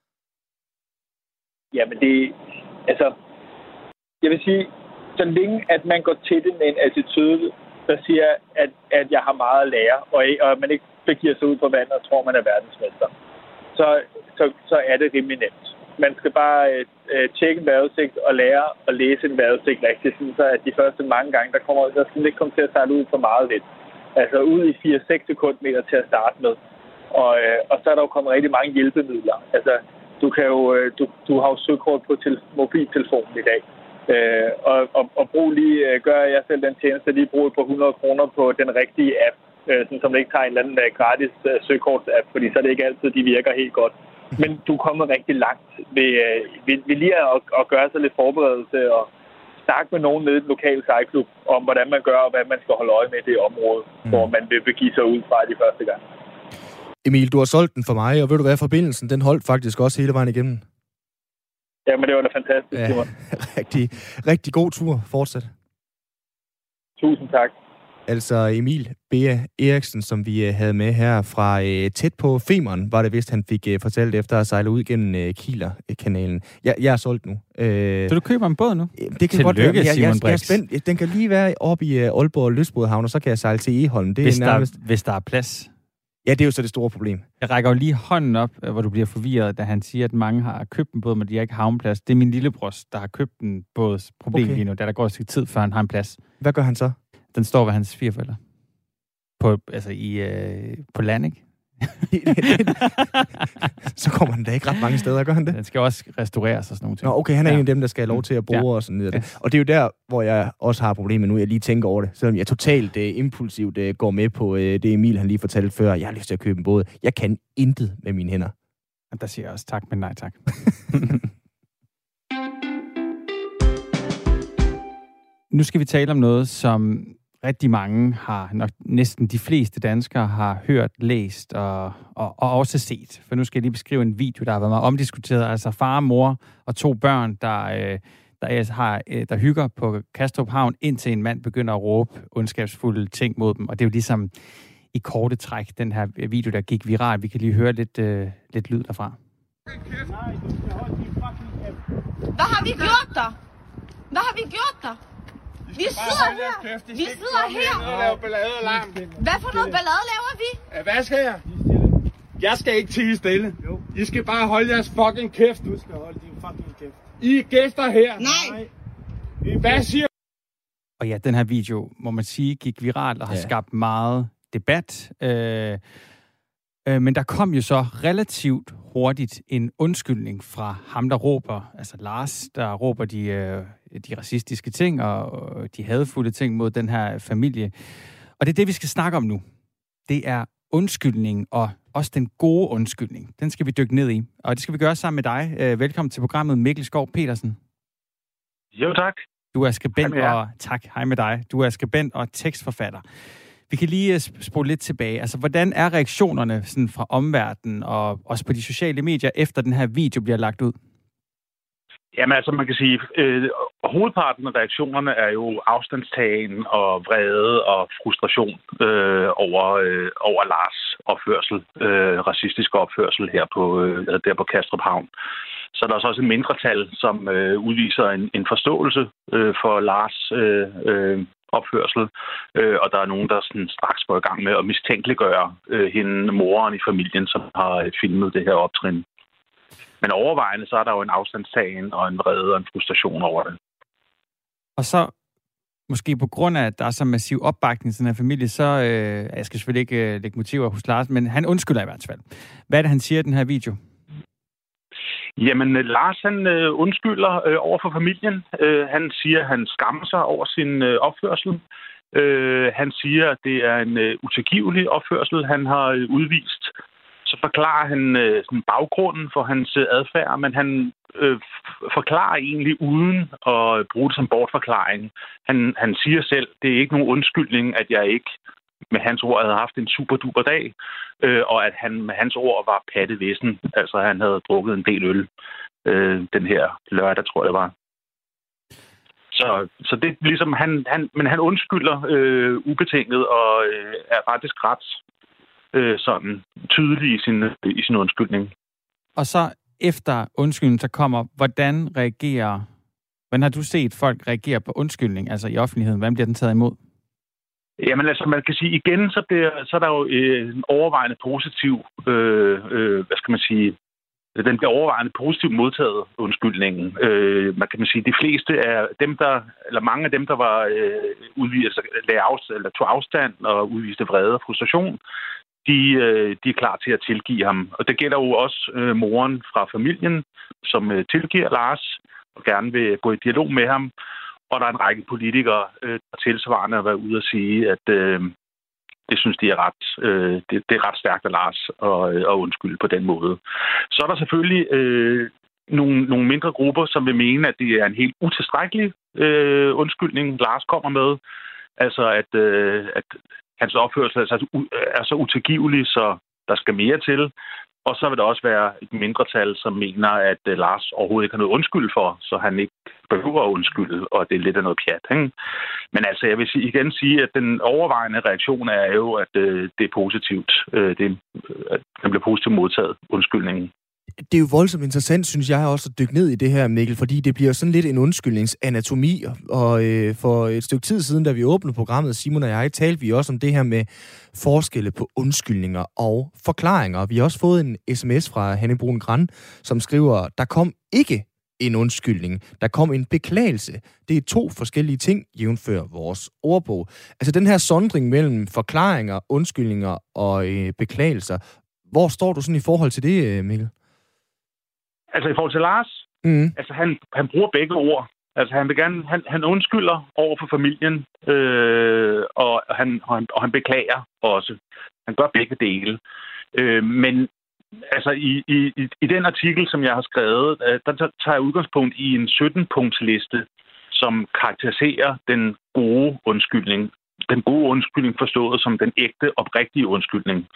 Jamen det... Altså... Jeg vil sige, så længe at man går til det med en attitude, der siger, at, at jeg har meget at lære, og, og at man ikke begiver sig ud på vandet og tror, man er verdensmester, så, så, så er det rimelig nemt. Man skal bare øh, tjekke en vejrudsigt og lære at læse en vejrudsigt rigtigt, så at de første mange gange, der kommer der skal ikke komme til at sejle ud for meget lidt. Altså ud i fire til seks sekundmeter til at starte med. Og, øh, og så er der jo kommet rigtig mange hjælpemidler. Altså, du, kan jo, du, du har jo søgekort på til, mobiltelefonen i dag. Øh, og, og, og brug lige, øh, gør jeg selv den tjeneste, lige bruge på hundrede kroner på den rigtige app, øh, sådan, som ikke tager en eller anden uh, gratis uh, søgekorts-app, fordi så er det ikke altid, de virker helt godt. Men du er kommet rigtig langt ved, øh, ved, ved lige at, at gøre sig lidt forberedelse og snakke med nogen nede i den lokale sejlklub om, hvordan man gør og hvad man skal holde øje med i det område, mm. hvor man vil begive sig ud fra de første gang. Emil, du har solgt den for mig, og ved du hvad, forbindelsen, den holdt faktisk også hele vejen igennem. Ja, men det var da fantastisk. Ja, rigtig, rigtig god tur. Fortsæt. Tusind tak. Altså Emil Bea Eriksen, som vi havde med her fra øh, tæt på Femern, var det vist, han fik øh, fortalt efter at sejle ud gennem øh, Kieler-kanalen. Jeg, jeg er solgt nu. Øh, Så du køber en båd nu? Det kan godt være. Jeg, jeg, jeg, jeg er spændt. Den kan lige være oppe i øh, Aalborg Lystbådehavn, og så kan jeg sejle til Egholm. Det hvis, er nærmest... der, hvis der er plads. Ja, det er jo så det store problem. Jeg rækker jo lige hånden op, hvor du bliver forvirret, da han siger, at mange har købt en båd, men de har ikke havneplads. Det er min lillebrors, der har købt en båds problem okay. lige nu, da der går et stykke tid, før han har en plads. Hvad gør han så? Den står ved hans svigerforældre. På, altså i, øh, på land, ikke? Så kommer den da ikke ret mange steder, gør han det? Den skal også restaureres og sådan noget. Nå, okay, han er ja. en af dem, der skal have lov til at bore ja. og sådan noget. Ja. Og det er jo der, hvor jeg også har problemer nu. Jeg lige tænker over det. Selvom jeg totalt uh, impulsivt uh, går med på uh, det Emil, han lige fortalte før. Jeg har lyst til at købe en båd. Jeg kan intet med mine hænder. Og der siger jeg også tak, men nej tak. Nu skal vi tale om noget, som rigtig mange har, nok næsten de fleste danskere har hørt, læst og, og, og også set. For nu skal jeg lige beskrive en video, der har været meget omdiskuteret. Altså far, mor og to børn, der, øh, der, har, øh, der hygger på Kastrup Havn, indtil en mand begynder at råbe ondskabsfulde ting mod dem. Og det er jo ligesom i korte træk, den her video, der gik viral. Vi kan lige høre lidt, øh, lidt lyd derfra. Hvad har vi gjort der? Hvad har vi gjort der? Vi sidder her. Vi sidder her. Hvad for noget ballade laver vi? Hvad skal jeg? Jeg skal ikke tie stille. I skal bare holde jeres fucking kæft. Du skal holde din fucking kæft. I er gæster her. Nej. Hvad siger? Og ja, den her video, må man sige, gik viralt og har ja. skabt meget debat. Øh, øh, men der kom jo så relativt hurtigt en undskyldning fra ham, der råber, altså Lars, der råber de, øh, de racistiske ting og de hadfulde ting mod den her familie. Og det er det, vi skal snakke om nu. Det er undskyldning, og også den gode undskyldning. Den skal vi dykke ned i, og det skal vi gøre sammen med dig. Øh, velkommen til programmet, Mikkel Skov Petersen. Jo, tak. Du er skribent og... Tak, hej med dig. Du er skribent og tekstforfatter. Vi kan lige spole lidt tilbage. Altså, hvordan er reaktionerne sådan fra omverdenen og også på de sociale medier, efter den her video bliver lagt ud? Jamen, altså, man kan sige, øh, hovedparten af reaktionerne er jo afstandstagen og vrede og frustration øh, over, øh, over Lars' opførsel, øh, racistisk opførsel her på, øh, der på Kastrup Havn. Så er der også en mindretal, som øh, udviser en, en forståelse øh, for Lars' øh, øh, opførsel, øh, og der er nogen, der sådan straks går i gang med at mistænkeliggøre øh, hende, moren i familien, som har øh, filmet det her optrin. Men overvejende, så er der jo en afstandstagen og en vrede og en frustration over det. Og så måske på grund af, at der er så massiv opbakning til den her familie, så, øh, jeg skal selvfølgelig ikke øh, lægge motiver hos Lars, men han undskylder i hvert fald. Hvad er det, han siger i den her video? Jamen, Lars, han øh, undskylder øh, over for familien. Øh, han siger, at han skammer sig over sin øh, opførsel. Øh, han siger, at det er en øh, utilgivelig opførsel, han har øh, udvist. Så forklarer han øh, sådan baggrunden for hans øh, adfærd, men han øh, forklarer egentlig uden at bruge det som bortforklaring. Han, han siger selv, det er ikke nogen undskyldning, at jeg ikke med hans ord havde haft en super duper dag, øh, og at han med hans ord var pattevæsen. Altså, han havde drukket en del øl øh, den her lørdag, tror jeg det var. Så, så det er ligesom, han, han, men han undskylder øh, ubetinget og øh, er faktisk ret øh, sådan tydelig i sin, i sin undskyldning. Og så efter undskyldningen, så kommer, hvordan reagerer, hvordan har du set folk reagere på undskyldning, altså i offentligheden? Hvordan bliver den taget imod? Jamen altså, man kan sige, igen, så, bliver, så er der jo øh, en overvejende positiv, øh, øh, hvad skal man sige, den bliver overvejende positivt modtaget, undskyldningen. Øh, man kan sige, de fleste af dem, der, eller mange af dem, der var øh, udvist, altså, afstand, eller tog afstand og udviste vrede og frustration, de, øh, de er klar til at tilgive ham. Og det gælder jo også øh, moren fra familien, som øh, tilgiver Lars og gerne vil gå i dialog med ham. Og der er en række politikere, øh, der tilsvarende har været ude at sige, at øh, det synes de er ret, øh, det, det er ret stærkt af Lars at, at undskylde på den måde. Så er der selvfølgelig øh, nogle, nogle mindre grupper, som vil mene, at det er en helt utilstrækkelig øh, undskyldning, Lars kommer med. Altså, at, øh, at hans opførsel er så, er så utilgivelig, så der skal mere til. Og så vil der også være et mindretal, som mener, at uh, Lars overhovedet ikke har noget undskyld for, så han ikke behøver at undskylde, og det er lidt af noget pjat. Ikke? Men altså, jeg vil sige, igen sige, at den overvejende reaktion er jo, at uh, det er positivt. Uh, det, at den bliver positivt modtaget, undskyldningen. Det er jo voldsomt interessant, synes jeg også, at dykke ned i det her, Mikkel, fordi det bliver sådan lidt en undskyldningsanatomi, og øh, for et stykke tid siden, da vi åbnede programmet, Simon og jeg, talte vi også om det her med forskelle på undskyldninger og forklaringer. Vi har også fået en sms fra Hanne Brun Gran, som skriver, der kom ikke en undskyldning, der kom en beklagelse. Det er to forskellige ting, jævnfør vores ordbog. Altså den her sondring mellem forklaringer, undskyldninger og øh, beklagelser. Hvor står du sådan i forhold til det, Mikkel? Altså i forhold til Lars, mm. altså han, han bruger begge ord. Altså han vil gerne, han, han undskylder over for familien, øh, og, han, og, han, og han beklager også. Han gør begge dele. Øh, men altså i, i, i den artikel, som jeg har skrevet, der tager jeg udgangspunkt i en sytten-punkts liste, som karakteriserer den gode undskyldning. Den gode undskyldning forstået som den ægte, oprigtige undskyldning.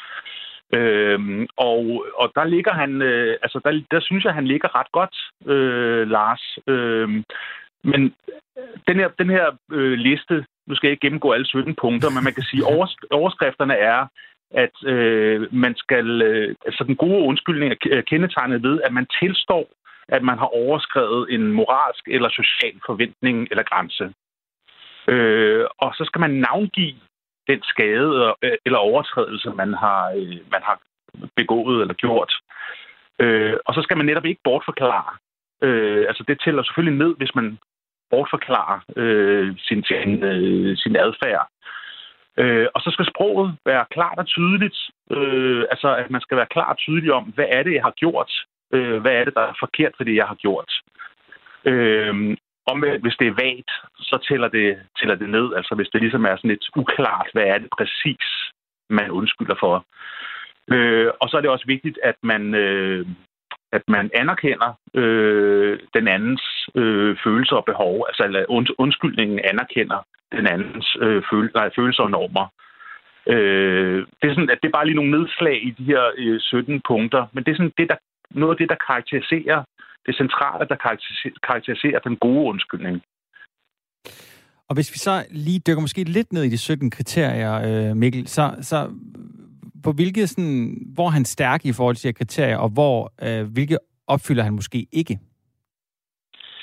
Øhm, og, og der ligger han, øh, altså der, der synes jeg, han ligger ret godt, øh, Lars. Øhm, men den her, den her øh, liste, nu skal jeg ikke gennemgå alle sytten punkter, men man kan sige, overs, overskrifterne er, at øh, man skal, øh, altså den gode undskyldning er kendetegnet ved, at man tilstår, at man har overskredet en moralsk eller social forventning eller grænse. Øh, og så skal man navngive den skade eller overtrædelse, man har, man har begået eller gjort. Øh, og så skal man netop ikke bortforklare. Øh, altså det tæller selvfølgelig ned, hvis man bortforklarer øh, sin, sin, øh, sin adfærd. Øh, og så skal sproget være klart og tydeligt. Øh, altså at man skal være klart og tydelig om, hvad er det, jeg har gjort? Øh, hvad er det, der er forkert for det, jeg har gjort? Øh, Om, hvis det er vagt, så tæller det, tæller det ned. Altså hvis det ligesom er sådan lidt uklart, hvad er det præcis, man undskylder for. Øh, og så er det også vigtigt, at man, øh, at man anerkender øh, den andens øh, følelser og behov. Altså at und, undskyldningen anerkender den andens øh, føl, nej, følelser og normer. Øh, det er sådan, at det er bare lige nogle nedslag i de her øh, sytten punkter. Men det er sådan det, der, noget af det, der karakteriserer det centrale, der karakteriserer den gode undskyldning. Og hvis vi så lige dykker måske lidt ned i de sytten kriterier, Mikkel, så, så på hvilke sådan, hvor er han stærk i forhold til de kriterier, og hvor, øh, hvilke opfylder han måske ikke?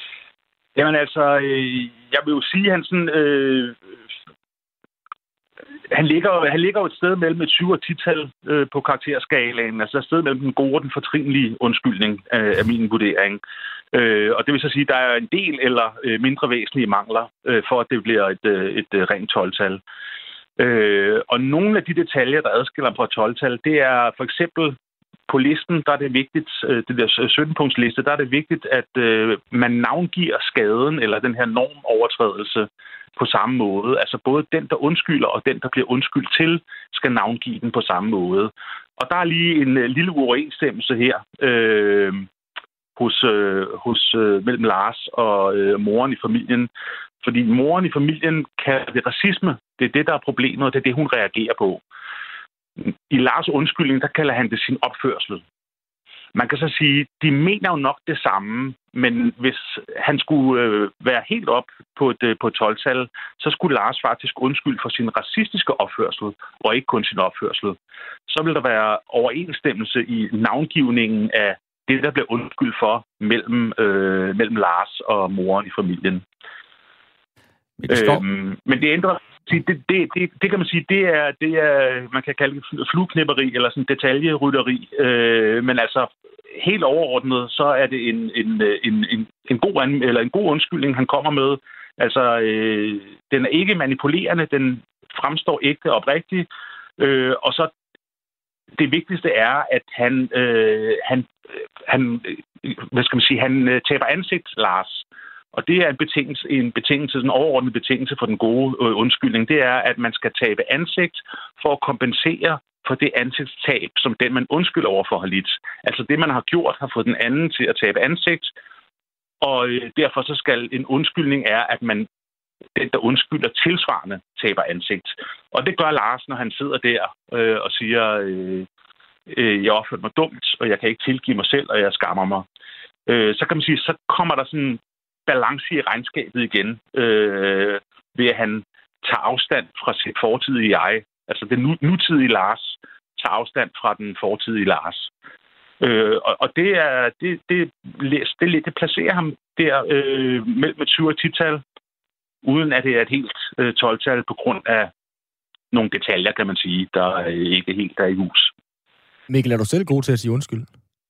Jamen altså, øh, jeg vil jo sige, at han sådan, øh, han, ligger, han ligger jo et sted mellem et syv- og ti-tal øh, på karakterskalaen. Altså et sted mellem den gode og den fortrinlige undskyldning øh, af min vurdering. Øh, og det vil så sige, at der er en del eller øh, mindre væsentlige mangler, øh, for at det bliver et, øh, et øh, rent tolv-tal. Øh, og nogle af de detaljer, der adskiller fra tolv-tal, det er for eksempel på listen, der er det vigtigt, øh, det der sytten-punkts liste, der er det vigtigt, at øh, man navngiver skaden eller den her normovertrædelse på samme måde. Altså både den, der undskylder, og den, der bliver undskyldt til, skal navngive den på samme måde. Og der er lige en øh, lille uoverensstemmelse her øh, hos, øh, hos øh, mellem Lars og øh, moren i familien. Fordi moren i familien kalder det racisme. Det er det, der er problemet, og det er det, hun reagerer på. I Lars' undskyldning, der kalder han det sin opførsel. Man kan så sige, de mener jo nok det samme, men hvis han skulle øh, være helt op på et, øh, på et tolv-tal, så skulle Lars faktisk undskylde for sin racistiske opførsel, og ikke kun sin opførsel. Så vil der være overensstemmelse i navngivningen af det, der bliver undskyldt for mellem, øh, mellem Lars og moren i familien. Øhm, men det ændrer det, det, det, det kan man sige, det er, det er man kan kalde det flueknipperi eller sådan detaljerytteri. Øh, men altså helt overordnet, så er det en, en, en, en, en, god, an, eller en god undskyldning, han kommer med. Altså, øh, den er ikke manipulerende, den fremstår ægte og oprigtig. Øh, og så det vigtigste er, at han, øh, han, han, hvad skal man sige, han taber ansigt, Lars. Og det er en betingelse, en betingelse, en overordnet betingelse for den gode øh, undskyldning. Det er, at man skal tabe ansigt for at kompensere for det ansigtstab, som den, man undskylder overfor, har lidt. Altså det, man har gjort, har fået den anden til at tabe ansigt. Og øh, derfor så skal en undskyldning er, at man den, der undskylder tilsvarende, taber ansigt. Og det gør Lars, når han sidder der øh, og siger, øh, øh, jeg opførte mig dumt, og jeg kan ikke tilgive mig selv, og jeg skammer mig. Øh, så kan man sige, så kommer der sådan balance i regnskabet igen, øh, ved at han tager afstand fra sit fortidige jeg. Altså den nu, nutidige Lars tager afstand fra den fortidige Lars. Øh, og, og det er det, det, det, det placerer ham der øh, mellem et syv- og ti-tal, uden at det er et helt øh, tolv-tal på grund af nogle detaljer, kan man sige, der ikke helt er i hus. Mikkel, er du selv god til at sige undskyld?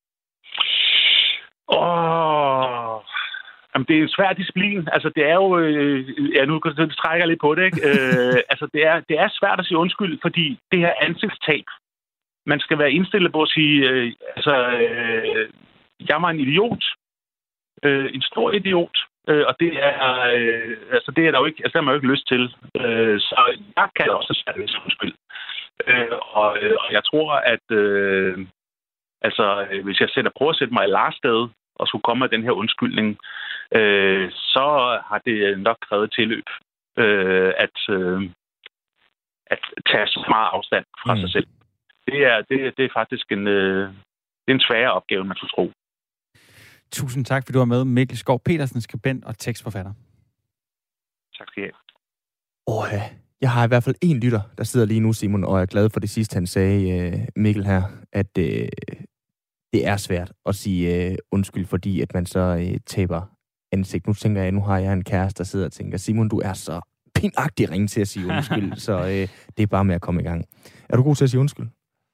Åh... Jamen, det er en svær disciplin. Altså, det er jo... Øh, ja, nu trækker jeg lidt på det, ikke? Øh, altså, det er, det er svært at sige undskyld, fordi det her ansigtstab, man skal være indstillet på at sige, øh, altså, øh, jeg var en idiot. Øh, en stor idiot. Øh, og det er, øh, altså, det er der jo ikke, altså, der har man jo ikke lyst til. Øh, så jeg kan også svært at sige undskyld. Øh, og, øh, og jeg tror, at øh, altså, hvis jeg sætter, prøver at sætte mig i Lars sted, og skulle komme med den her undskyldning, øh, så har det nok krævet tilløb øh, at, øh, at tage så meget afstand fra mm. sig selv. Det er, det, det er faktisk en, øh, det er en sværere opgave, man skulle tro. Tusind tak, fordi du var med, Mikkel Skov Petersen, skribent og tekstforfatter. Tak skal I have. Åh, ja. Jeg har i hvert fald en lytter, der sidder lige nu, Simon, og er glad for det sidste, han sagde, Mikkel her, at øh, det er svært at sige øh, undskyld, fordi at man så øh, taber ansigt. Nu tænker jeg, nu har jeg en kæreste, der sidder og tænker, Simon, du er så pinagtig ringe til at sige undskyld, så øh, det er bare med at komme i gang. Er du god til at sige undskyld?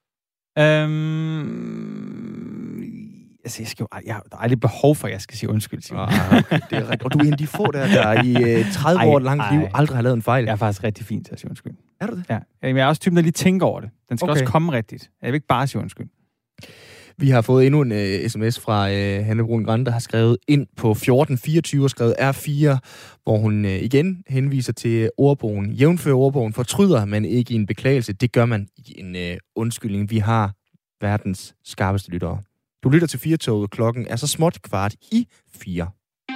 Øhm, altså, jeg, skal jo, jeg, der er aldrig behov for, at jeg skal sige undskyld, Simon. Ah, okay, det er rigtigt. Og du er en af de få, der, der i øh, tredive ej, år langt liv aldrig har lavet en fejl. Jeg er faktisk rigtig fint til at sige undskyld. Er du det? Ja. Jeg er også typen, der lige tænker over det. Den skal okay. også komme rigtigt. Jeg vil ikke bare sige undskyld. Vi har fået endnu en uh, sms fra uh, Hanne Brun Grande, der har skrevet ind på fjorten fireogtyve og skrevet R fire, hvor hun uh, igen henviser til ordbogen. Jævnfører ordbogen fortryder man ikke i en beklagelse. Det gør man i en uh, undskyldning. Vi har verdens skarpeste lyttere. Du lytter til Firtoget. Klokken er så småt kvart i fire.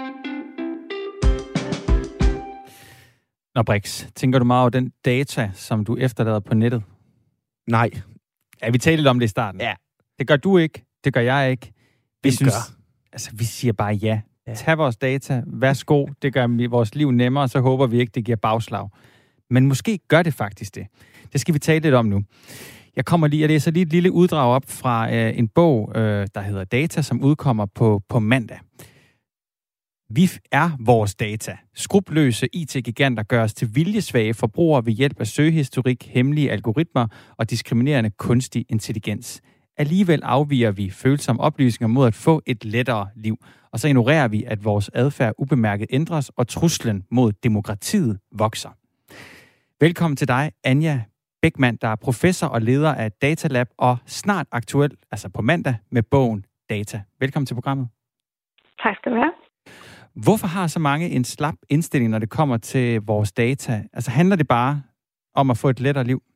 Nå, Brix, tænker du meget over den data, som du efterlader på nettet? Nej. Ja, vi talte lidt om det i starten. Ja. Det gør du ikke. Det gør jeg ikke. Vi, vi synes, gør. Altså, vi siger bare ja. ja. Tag vores data. Værsgo. Det gør vores liv nemmere, og så håber vi ikke, det giver bagslag. Men måske gør det faktisk det. Det skal vi tale lidt om nu. Jeg kommer lige, jeg læser lige et lille uddrag op fra øh, en bog, øh, der hedder Data, som udkommer på, på mandag. Vi er vores data. Skrubløse I T-giganter gør os til viljesvage forbrugere ved hjælp af søgehistorik, hemmelige algoritmer og diskriminerende kunstig intelligens. Alligevel afviger vi følsomme oplysninger mod at få et lettere liv. Og så ignorerer vi, at vores adfærd ubemærket ændres, og truslen mod demokratiet vokser. Velkommen til dig, Anja Beckmann, der er professor og leder af Datalab og snart aktuel, altså på mandag, med bogen Data. Velkommen til programmet. Tak skal du have. Hvorfor har så mange en slap indstilling, når det kommer til vores data? Altså handler det bare om at få et lettere liv?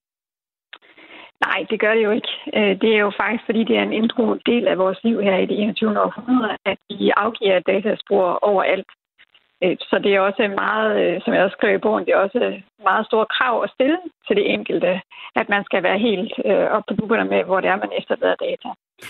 Nej, det gør det jo ikke. Det er jo faktisk, fordi det er en intro del af vores liv her i det enogtyvende århundrede, at vi afgiver dataspor overalt. Så det er også meget, som jeg også skrev i bogen, det er også meget store krav at stille til det enkelte, at man skal være helt op på dupperne med, hvor det er, man efterlader data.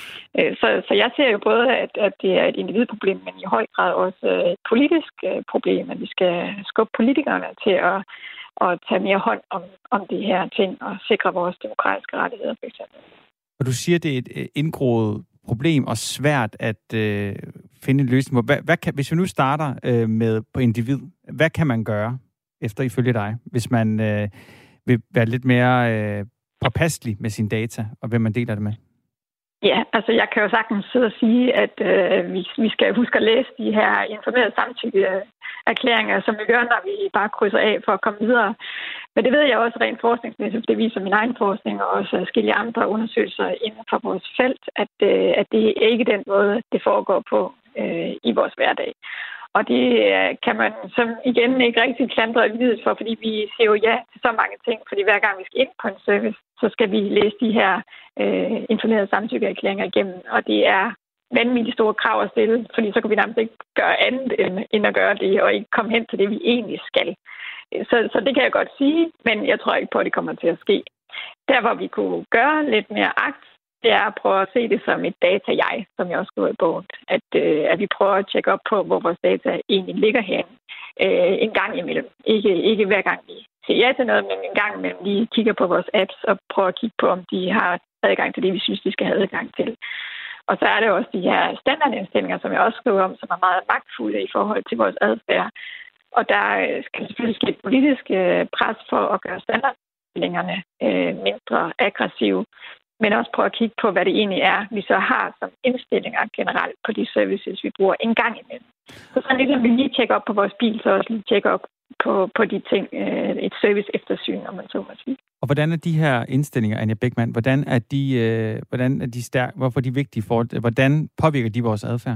Så, så jeg ser jo både, at, at det er et individproblem, men i høj grad også et politisk problem, at vi skal skubbe politikerne til at, at tage mere hånd om, om de her ting og sikre vores demokratiske rettigheder, for eksempel. Og du siger, det er et indgroet problem og svært at øh, finde en løsning. Hvad, hvad kan, hvis vi nu starter øh, med på individ, hvad kan man gøre efter ifølge dig, hvis man øh, vil være lidt mere øh, påpasselig med sine data, og hvem man deler det med? Ja, altså jeg kan jo sagtens sidde og sige, at øh, vi, vi skal huske at læse de her informerede samtykkeerklæringer, som vi gør, når vi bare krydser af for at komme videre. Men det ved jeg også rent forskningsmæssigt, det viser min egen forskning og også forskellige andre undersøgelser inden for vores felt, at, øh, at det er ikke den måde, det foregår på øh, i vores hverdag. Og det kan man som igen ikke rigtig klandre videt for, fordi vi siger jo ja til så mange ting, fordi hver gang vi skal ind på en service, så skal vi læse de her øh, informerede samtykkeerklæringer igennem, og det er vanvittigt store krav at stille, fordi så kan vi nærmest ikke gøre andet end, end at gøre det, og ikke komme hen til det, vi egentlig skal. Så, så det kan jeg godt sige, men jeg tror ikke på, at det kommer til at ske. Der, hvor vi kunne gøre lidt mere akt, det er at prøve at se det som et data-jeg, som jeg også skriver i bogen. At, øh, at vi prøver at tjekke op på, hvor vores data egentlig ligger herinde. Øh, en gang imellem. Ikke, ikke hver gang vi siger ja til noget, men en gang imellem lige kigger på vores apps og prøver at kigge på, om de har adgang til det, vi synes, de skal have adgang til. Og så er det også de her standardindstillinger, som jeg også skriver om, som er meget magtfulde i forhold til vores adfærd. Og der skal selvfølgelig ske et politisk pres for at gøre standardindstillingerne øh, mindre aggressive, men også prøve at kigge på, hvad det egentlig er, vi så har som indstillinger generelt på de services, vi bruger en gang imellem. Så sådan ligesom vi lige tjekker op på vores bil, så også lige tjekke op på, på de ting, øh, et service eftersyn, om man så må sige. Og hvordan er de her indstillinger, Anja Beckmann, hvordan er de, øh, hvordan er de stærke, hvorfor er de vigtige for, hvordan påvirker de vores adfærd?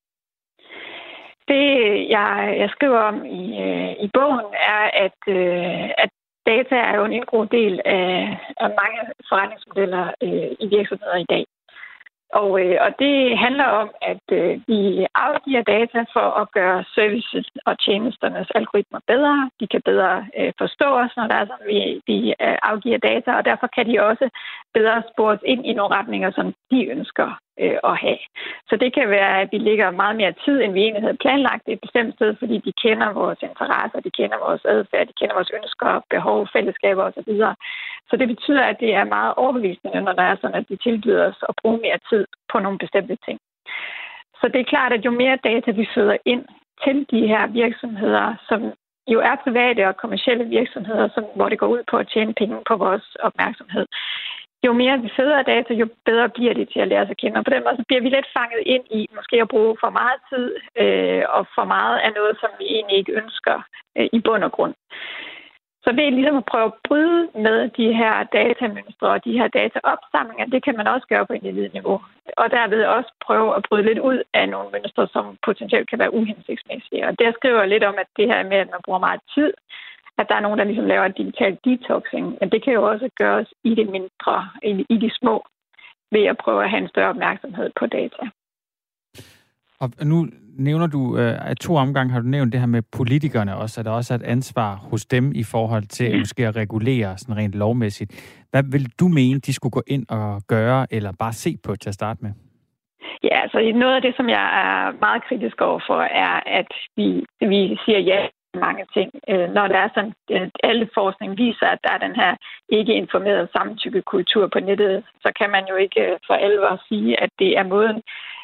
Det, jeg, jeg skriver om i, øh, i bogen, er, at, øh, at data er jo en indgroet del af, af mange forretningsmodeller øh, i virksomheder i dag. Og, øh, og det handler om, at øh, vi afgiver data for at gøre services og tjenesternes algoritmer bedre. De kan bedre øh, forstå os, når der er sådan, vi, vi øh, afgiver data, og derfor kan de også bedre spores ind i nogle retninger, som de ønsker øh, at have. Så det kan være, at vi ligger meget mere tid, end vi egentlig havde planlagt et bestemt sted, fordi de kender vores interesser, de kender vores adfærd, de kender vores ønsker, behov, fællesskaber osv. Så det betyder, at det er meget overbevisende, når der er sådan, at de tilbyder os at bruge mere tid på nogle bestemte ting. Så det er klart, at jo mere data vi føder ind til de her virksomheder, som jo er private og kommercielle virksomheder, som, hvor det går ud på at tjene penge på vores opmærksomhed, jo mere vi føder data, jo bedre bliver det til at lære os at kende. Og på den måde så bliver vi lidt fanget ind i måske at bruge for meget tid øh, og for meget af noget, som vi egentlig ikke ønsker øh, i bund og grund. Så det er ligesom at prøve at bryde med de her datamønstre og de her dataopsamlinger. Det kan man også gøre på individniveau. Og derved også prøve at bryde lidt ud af nogle mønstre, som potentielt kan være uhensigtsmæssige. Og der skriver jeg lidt om, at det her med, at man bruger meget tid, at der er nogen, der ligesom laver et digitalt detoxing. Men det kan jo også gøres i det mindre, i de små, ved at prøve at have en større opmærksomhed på data. Og nu nævner du, at to omgange har du nævnt det her med politikerne også, at der også er et ansvar hos dem i forhold til mm. måske at regulere sådan rent lovmæssigt. Hvad vil du mene, de skulle gå ind og gøre, eller bare se på til at starte med? Ja, altså noget af det, som jeg er meget kritisk overfor, er, at vi, vi siger ja til mange ting. Når der er sådan, at alle forskning viser, at der er den her ikke informerede samtykkekultur på nettet, så kan man jo ikke for alvor sige, at det er måden,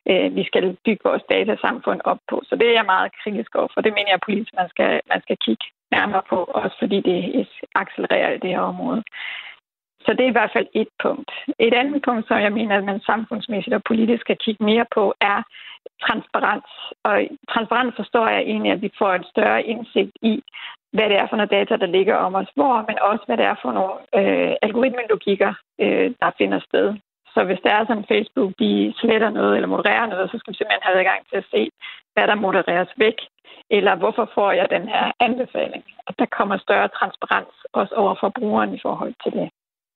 øh, vi skal bygge vores datasamfund op på. Så det er jeg meget kritisk over for. Det mener jeg politisk, man skal, man skal kigge nærmere på, også fordi det accelererer i det her område. Så det er i hvert fald et punkt. Et andet punkt, som jeg mener, at man samfundsmæssigt og politisk skal kigge mere på, er transparens. Og transparens forstår jeg egentlig, at vi får en større indsigt i, hvad det er for noget data, der ligger om os hvor, men også hvad det er for nogle øh, algoritmelogikker, øh, der finder sted. Så hvis der er sådan Facebook, de sletter noget eller modererer noget, så skal vi simpelthen have adgang til at se, hvad der modereres væk, eller hvorfor får jeg den her anbefaling. At der kommer større transparens også over for brugeren i forhold til det.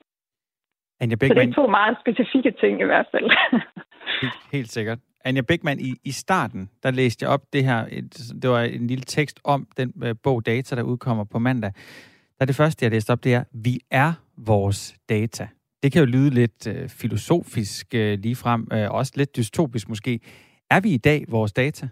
Anja Beckmann, så det er to meget specifikke ting i hvert fald. helt, helt sikkert. Anja Beckmann, i, i starten, der læste jeg op det her, et, det var en lille tekst om den øh, bog Data, der udkommer på mandag. Der det første, jeg læste op, det er, vi er vores data. Det kan jo lyde lidt øh, filosofisk øh, ligefrem, øh, også lidt dystopisk måske. Er vi i dag vores data?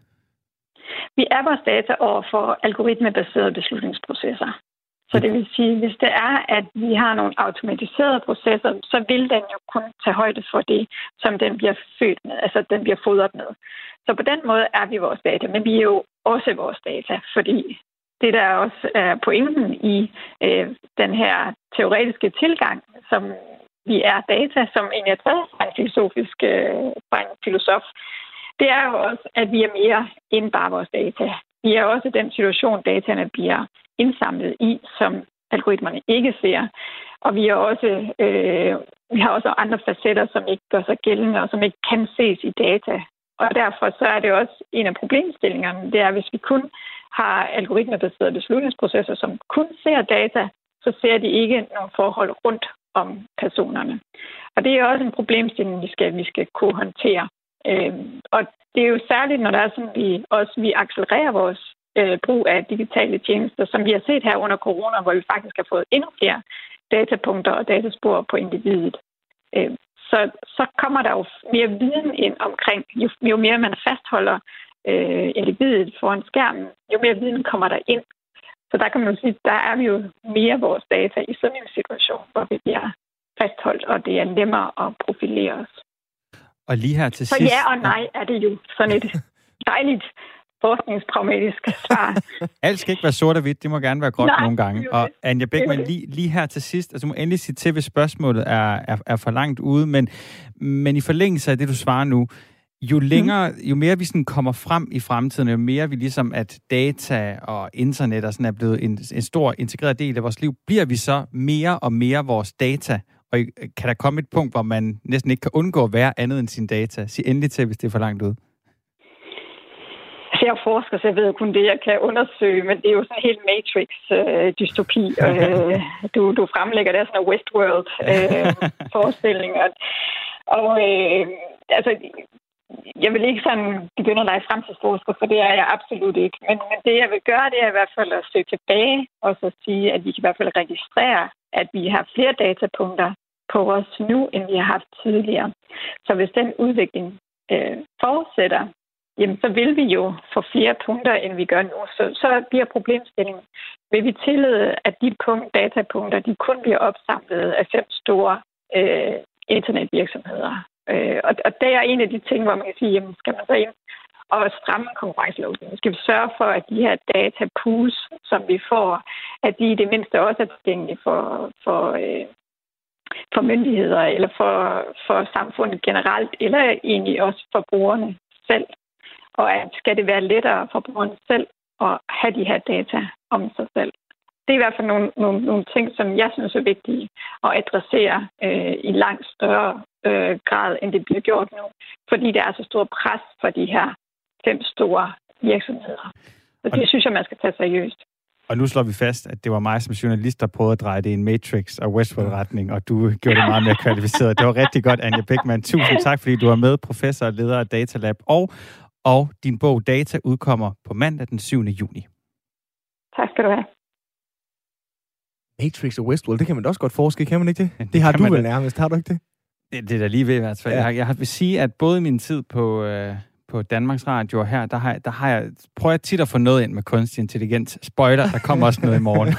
Vi er vores data over for algoritmebaserede beslutningsprocesser. Så det vil sige, hvis det er, at vi har nogle automatiserede processer, så vil den jo kun tage højde for det, som den bliver født med, altså den bliver fodret med. Så på den måde er vi vores data, men vi er jo også vores data, fordi det der også er pointen i øh, den her teoretiske tilgang, som vi er data, som egentlig er taget fra en filosofisk øh, fra en filosof, det er jo også, at vi er mere end bare vores data. Vi er også den situation, dataene bliver indsamlet i, som algoritmerne ikke ser. Og vi, er også, øh, vi har også andre facetter, som ikke gør sig gældende, og som ikke kan ses i data. Og derfor så er det også en af problemstillingerne, det er, hvis vi kun har algoritmebaserede beslutningsprocesser, som kun ser data, så ser de ikke nogle forhold rundt om personerne. Og det er også en problemstilling, vi skal, vi skal kunne håndtere. Øh, og det er jo særligt, når der er sådan, vi også vi accelererer vores øh, brug af digitale tjenester, som vi har set her under corona, hvor vi faktisk har fået endnu flere datapunkter og dataspor på individet. Øh, så, så kommer der jo mere viden ind omkring, jo, jo mere man fastholder øh, individet foran skærmen, jo mere viden kommer der ind. Så der kan man jo sige, der er vi jo mere vores data i sådan en situation, hvor vi bliver fastholdt, og det er nemmere at profilere os. Og lige her til så sidst... Så ja og nej er det jo sådan et dejligt forskningspragmatisk svar. Alt skal ikke være sort og hvidt, det må gerne være gråt nej, nogle gange. Og Anja Beckmann, lige, lige her til sidst, altså du må endelig sige til, hvis spørgsmålet er, er, er for langt ude, men, men i forlængelse af det, du svarer nu, jo længere, jo mere vi sådan kommer frem i fremtiden, jo mere vi ligesom, at data og internet og sådan er blevet en, en stor integreret del af vores liv, bliver vi så mere og mere vores data. Og kan der komme et punkt, hvor man næsten ikke kan undgå at være andet end sin data? Sig endelig til, hvis det er for langt ud. Jeg er forsker, så jeg ved jo kun det, jeg kan undersøge, men det er jo sådan en helt Matrix-dystopi. Øh, du, du fremlægger det sådan en Westworld-forestilling. Øh, og øh, altså, jeg vil ikke sådan begynde at lege fremtidsforsker, for det er jeg absolut ikke. Men, men det, jeg vil gøre, det er i hvert fald at søge tilbage og så sige, at vi kan i hvert fald registrere, at vi har flere datapunkter på os nu, end vi har haft tidligere. Så hvis den udvikling øh, fortsætter, jamen så vil vi jo få flere punkter, end vi gør nu. Så, så bliver problemstillingen, vil vi tillade, at de punkt, datapunkter, de kun bliver opsamlet af fem store øh, internetvirksomheder. Øh, og, og det er en af de ting, hvor man kan sige, jamen skal man så ind og stramme konkurrencelovgivningen. Skal vi sørge for, at de her datapools, som vi får, at de i det mindste også er tilgængelige for, for, øh, for myndigheder, eller for, for samfundet generelt, eller egentlig også for brugerne selv. Og at skal det være lettere for brugerne selv at have de her data om sig selv. Det er i hvert fald nogle, nogle, nogle ting, som jeg synes er vigtige at adressere øh, i langt større øh, grad, end det bliver gjort nu. Fordi der er så stor pres for de her fem store virksomheder. Så det og, synes jeg, man skal tage seriøst. Og nu slår vi fast, at det var mig som journalist, der prøvede at dreje det i en Matrix- og Westworld-retning, og du gjorde det meget mere kvalificeret. Det var rigtig godt, Anja Beckmann. Tusind tak, fordi du var med, professor og leder af Datalab, og, og din bog Data udkommer på mandag den syvende juni. Tak skal du have. Matrix og Westworld, det kan man da også godt forske, kan man ikke det? Det, det har du vel da nærmest, har du ikke det? Det, det er da lige ved i hvert fald. Ja. Jeg, jeg vil sige, at både min tid på, øh, på Danmarks Radio, og her, der har, der har jeg, prøver jeg tit at få noget ind med kunstig intelligens. Spoiler, der kommer også noget i morgen.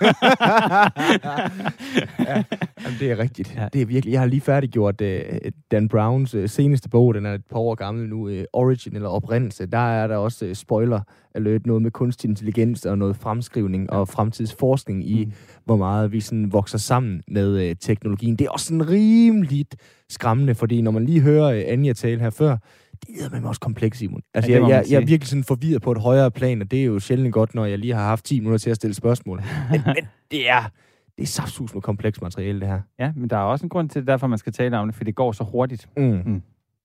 Ja, jamen, det er rigtigt. Ja. Det er virkelig. Jeg har lige færdiggjort uh, Dan Browns uh, seneste bog, den er et par år gammel nu, uh, Origin eller Oprindelse. Der er der også uh, spoiler alert, noget med kunstig intelligens og noget fremskrivning ja. og fremtidsforskning i, mm. hvor meget vi sådan vokser sammen med uh, teknologien. Det er også sådan rimeligt skræmmende, fordi når man lige hører uh, Anja tale her før, det er med også kompleks, Simon. Altså, ja, jeg, jeg, jeg er virkelig sådan forvirret på et højere plan, og det er jo sjældent godt, når jeg lige har haft ti minutter til at stille spørgsmål. Men, men det er... Det er saftsus med kompleks materiale, det her. Ja, men der er også en grund til det, derfor man skal tale om det, for det går så hurtigt. Mm. Mm.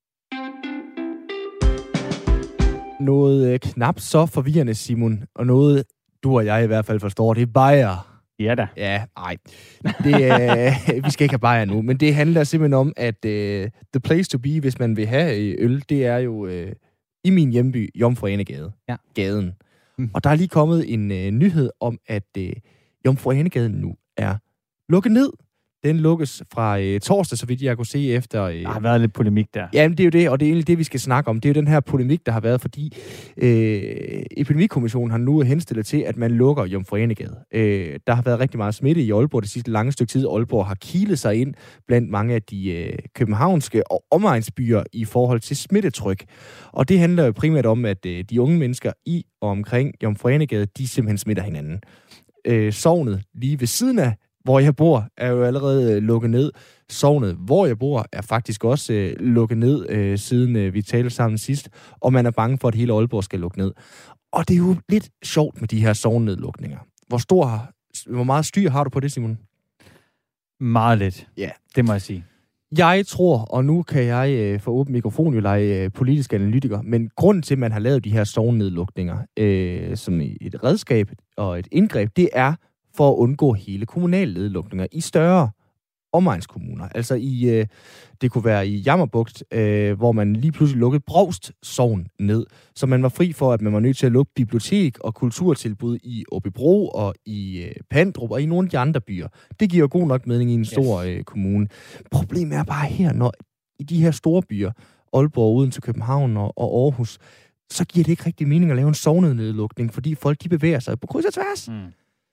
Noget øh, knap så forvirrende, Simon, og noget, du og jeg i hvert fald forstår, det er bajer. Ja da. Ja, nej. Det, øh, vi skal ikke have bajer nu, men det handler simpelthen om, at øh, the place to be, hvis man vil have øl, det er jo øh, i min hjemby, Jomfru Ane Gade. Ja. Gaden. Mm. Og der er lige kommet en øh, nyhed om, at øh, Jomfru Ane Gade nu er lukket ned. Den lukkes fra øh, torsdag, så vidt jeg kunne se efter... Øh, der har været lidt polemik der. Jamen, det er jo det, og det er egentlig det, vi skal snakke om. Det er jo den her polemik, der har været, fordi øh, Epidemikommissionen har nu henstillet til, at man lukker Jomfru Ane Gade. Øh, der har været rigtig meget smitte i Aalborg det sidste lange stykke tid. Aalborg har kilet sig ind blandt mange af de øh, københavnske og omegnsbyer i forhold til smittetryk. Og det handler jo primært om, at øh, de unge mennesker i og omkring Jomfru Ane Gade, de simpelthen smitter hinanden. Øh, sognet lige ved siden af, hvor jeg bor, er jo allerede øh, lukket ned. Sognet, hvor jeg bor, er faktisk også øh, lukket ned, øh, siden øh, vi talte sammen sidst, og man er bange for, at hele Aalborg skal lukke ned. Og det er jo lidt sjovt med de her sognedlukninger. Hvor stor, hvor meget styr har du på det, Simon? Meget lidt. Ja. Yeah. Det må jeg sige. Jeg tror, og nu kan jeg øh, få åben mikrofon jo lege øh, politisk analytiker, men grunden til, at man har lavet de her sognedlukninger øh, som et redskab og et indgreb, det er for at undgå hele kommunale nedlukninger i større omegnskommuner. Altså i, øh, det kunne være i Jammerbugt, øh, hvor man lige pludselig lukkede Brovst Sogn ned, så man var fri for, at man var nødt til at lukke bibliotek og kulturtilbud i Aabybro og i øh, Pandrup og i nogle af de andre byer. Det giver god nok mening i en stor øh, kommune. Problemet er bare her, når i de her store byer, Aalborg, Odense, København og, og Aarhus, så giver det ikke rigtig mening at lave en sognedlukning, fordi folk de bevæger sig på kryds og tværs. Mm.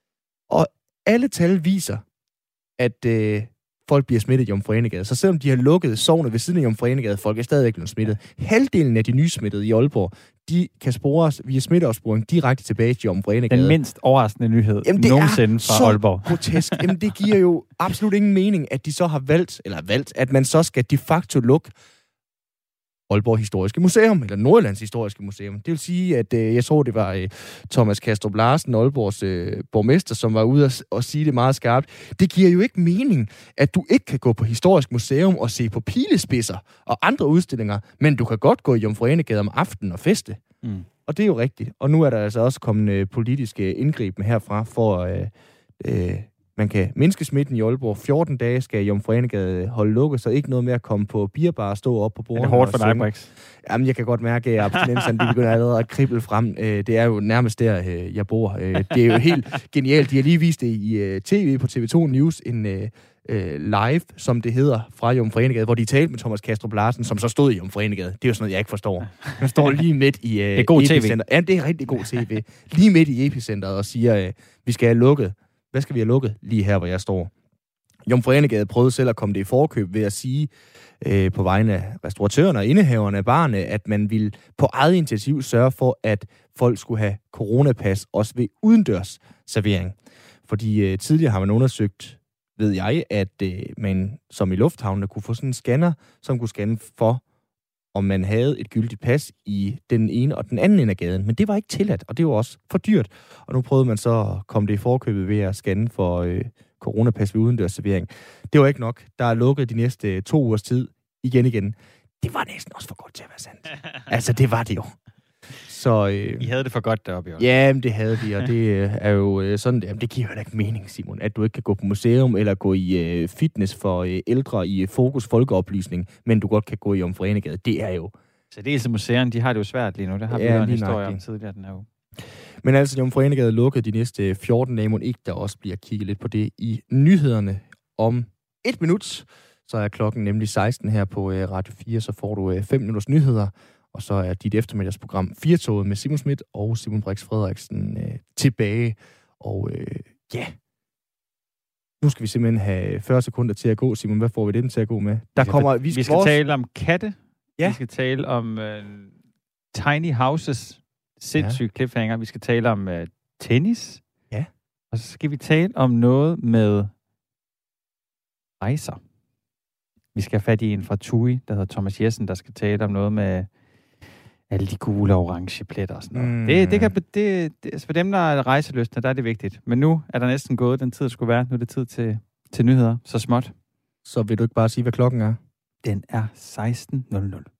Og alle tal viser, at øh, folk bliver smittet i Jomfru Ane Gade. Så selvom de har lukket sognet ved siden af Jomfru Ane Gade, folk er stadigvæk blevet smittet. Halvdelen af de nysmittede i Aalborg, de kan spores via smitteopsporing direkte tilbage til Jomfru Ane Gade. Den mindst overraskende nyhed Jamen, det nogensinde fra Aalborg. Grotesk. Jamen, det giver jo absolut ingen mening, at de så har valgt, eller valgt, at man så skal de facto lukke Aalborg Historiske Museum, eller Nordjyllands Historiske Museum. Det vil sige, at øh, jeg tror, det var øh, Thomas Kastrup Larsen, Aalborgs øh, borgmester, som var ude og, og sige det meget skarpt. Det giver jo ikke mening, at du ikke kan gå på Historisk Museum og se på pilespidser og andre udstillinger, men du kan godt gå i Jomfru Ane Gade om aftenen og feste. Mm. Og det er jo rigtigt. Og nu er der altså også kommet øh, politiske indgreb herfra for... Øh, øh, Man kan mindske smitten i Aalborg. fjorten dage skal Jomfru Ane Gade holde lukket, så ikke noget med at komme på bierbar og stå op på bordene. Er det hårdt for dig, Brix? Jamen, jeg kan godt mærke, at abstinenserne de begynder allerede at krible frem. Det er jo nærmest der, jeg bor. Det er jo helt genialt. De har lige vist det i tv på T V to News, en live, som det hedder, fra Jomfru Ane Gade, hvor de talte med Thomas Kastrup Larsen, som så stod i Jomfru Ane Gade. Det er jo sådan noget, jeg ikke forstår. Han står lige midt i det er god epicenter. Ja, det er rigtig god tv. Lige midt i epicenteret og siger, vi skal have lukket. Hvad skal vi have lukket? Lige her, hvor jeg står. Jomfru Ane Gade prøvede selv at komme det i forkøb ved at sige øh, på vegne af restauratørerne og indehaverne af barne, at man ville på eget initiativ sørge for, at folk skulle have coronapas også ved udendørs servering. Fordi øh, tidligere har man undersøgt, ved jeg, at øh, man som i lufthavnene kunne få sådan en scanner, som kunne scanne for, om man havde et gyldigt pas i den ene og den anden ende af gaden. Men det var ikke tilladt, og det var også for dyrt. Og nu prøvede man så at komme det i forkøbet ved at scanne for øh, coronapas ved udendørsservering. Det var ikke nok. Der er lukket de næste to ugers tid igen igen. Det var næsten også for godt til at være sandt. Altså, det var det jo. Så, øh, I havde det for godt deroppe, jo. Ja, det havde de, og det øh, er jo øh, sådan, jamen, det giver jo ikke mening, Simon, at du ikke kan gå på museum eller gå i øh, fitness for øh, ældre i Fokus Folkeoplysning, men du godt kan gå i Jomfru Ane Gade. Det er jo... Så det er så museerne, de har det jo svært lige nu. Det har ja, vi jo en historie om tidligere, den er jo. Men altså, Jomfru Ane Gade lukket de næste fjorten dage, må ikke der også bliver kigget lidt på det i nyhederne om et minut. Så er klokken nemlig seksten her på øh, Radio fire, så får du øh, fem minutters nyheder. Og så er dit eftermiddagsprogram Firtoget med Simon Schmidt og Simon Brix Frederiksen øh, tilbage. Og øh, ja, nu skal vi simpelthen have fyrre sekunder til at gå. Simon, hvad får vi den til at gå med? Der vi kommer, skal, vi skal, vi skal vores... tale om katte. Ja. Vi skal tale om øh, tiny houses. Sindssygt ja. cliffhanger. Vi skal tale om øh, tennis. Ja. Og så skal vi tale om noget med rejser. Vi skal have fat i en fra TUI, der hedder Thomas Jessen, der skal tale om noget med alle de gule og orange pletter og sådan noget. Mm. Det, det kan, det, det, for dem, der er rejselystne, der er det vigtigt. Men nu er der næsten gået den tid, der skulle være. Nu er det tid til, til nyheder. Så småt. Så vil du ikke bare sige, hvad klokken er? Den er seksten nul nul.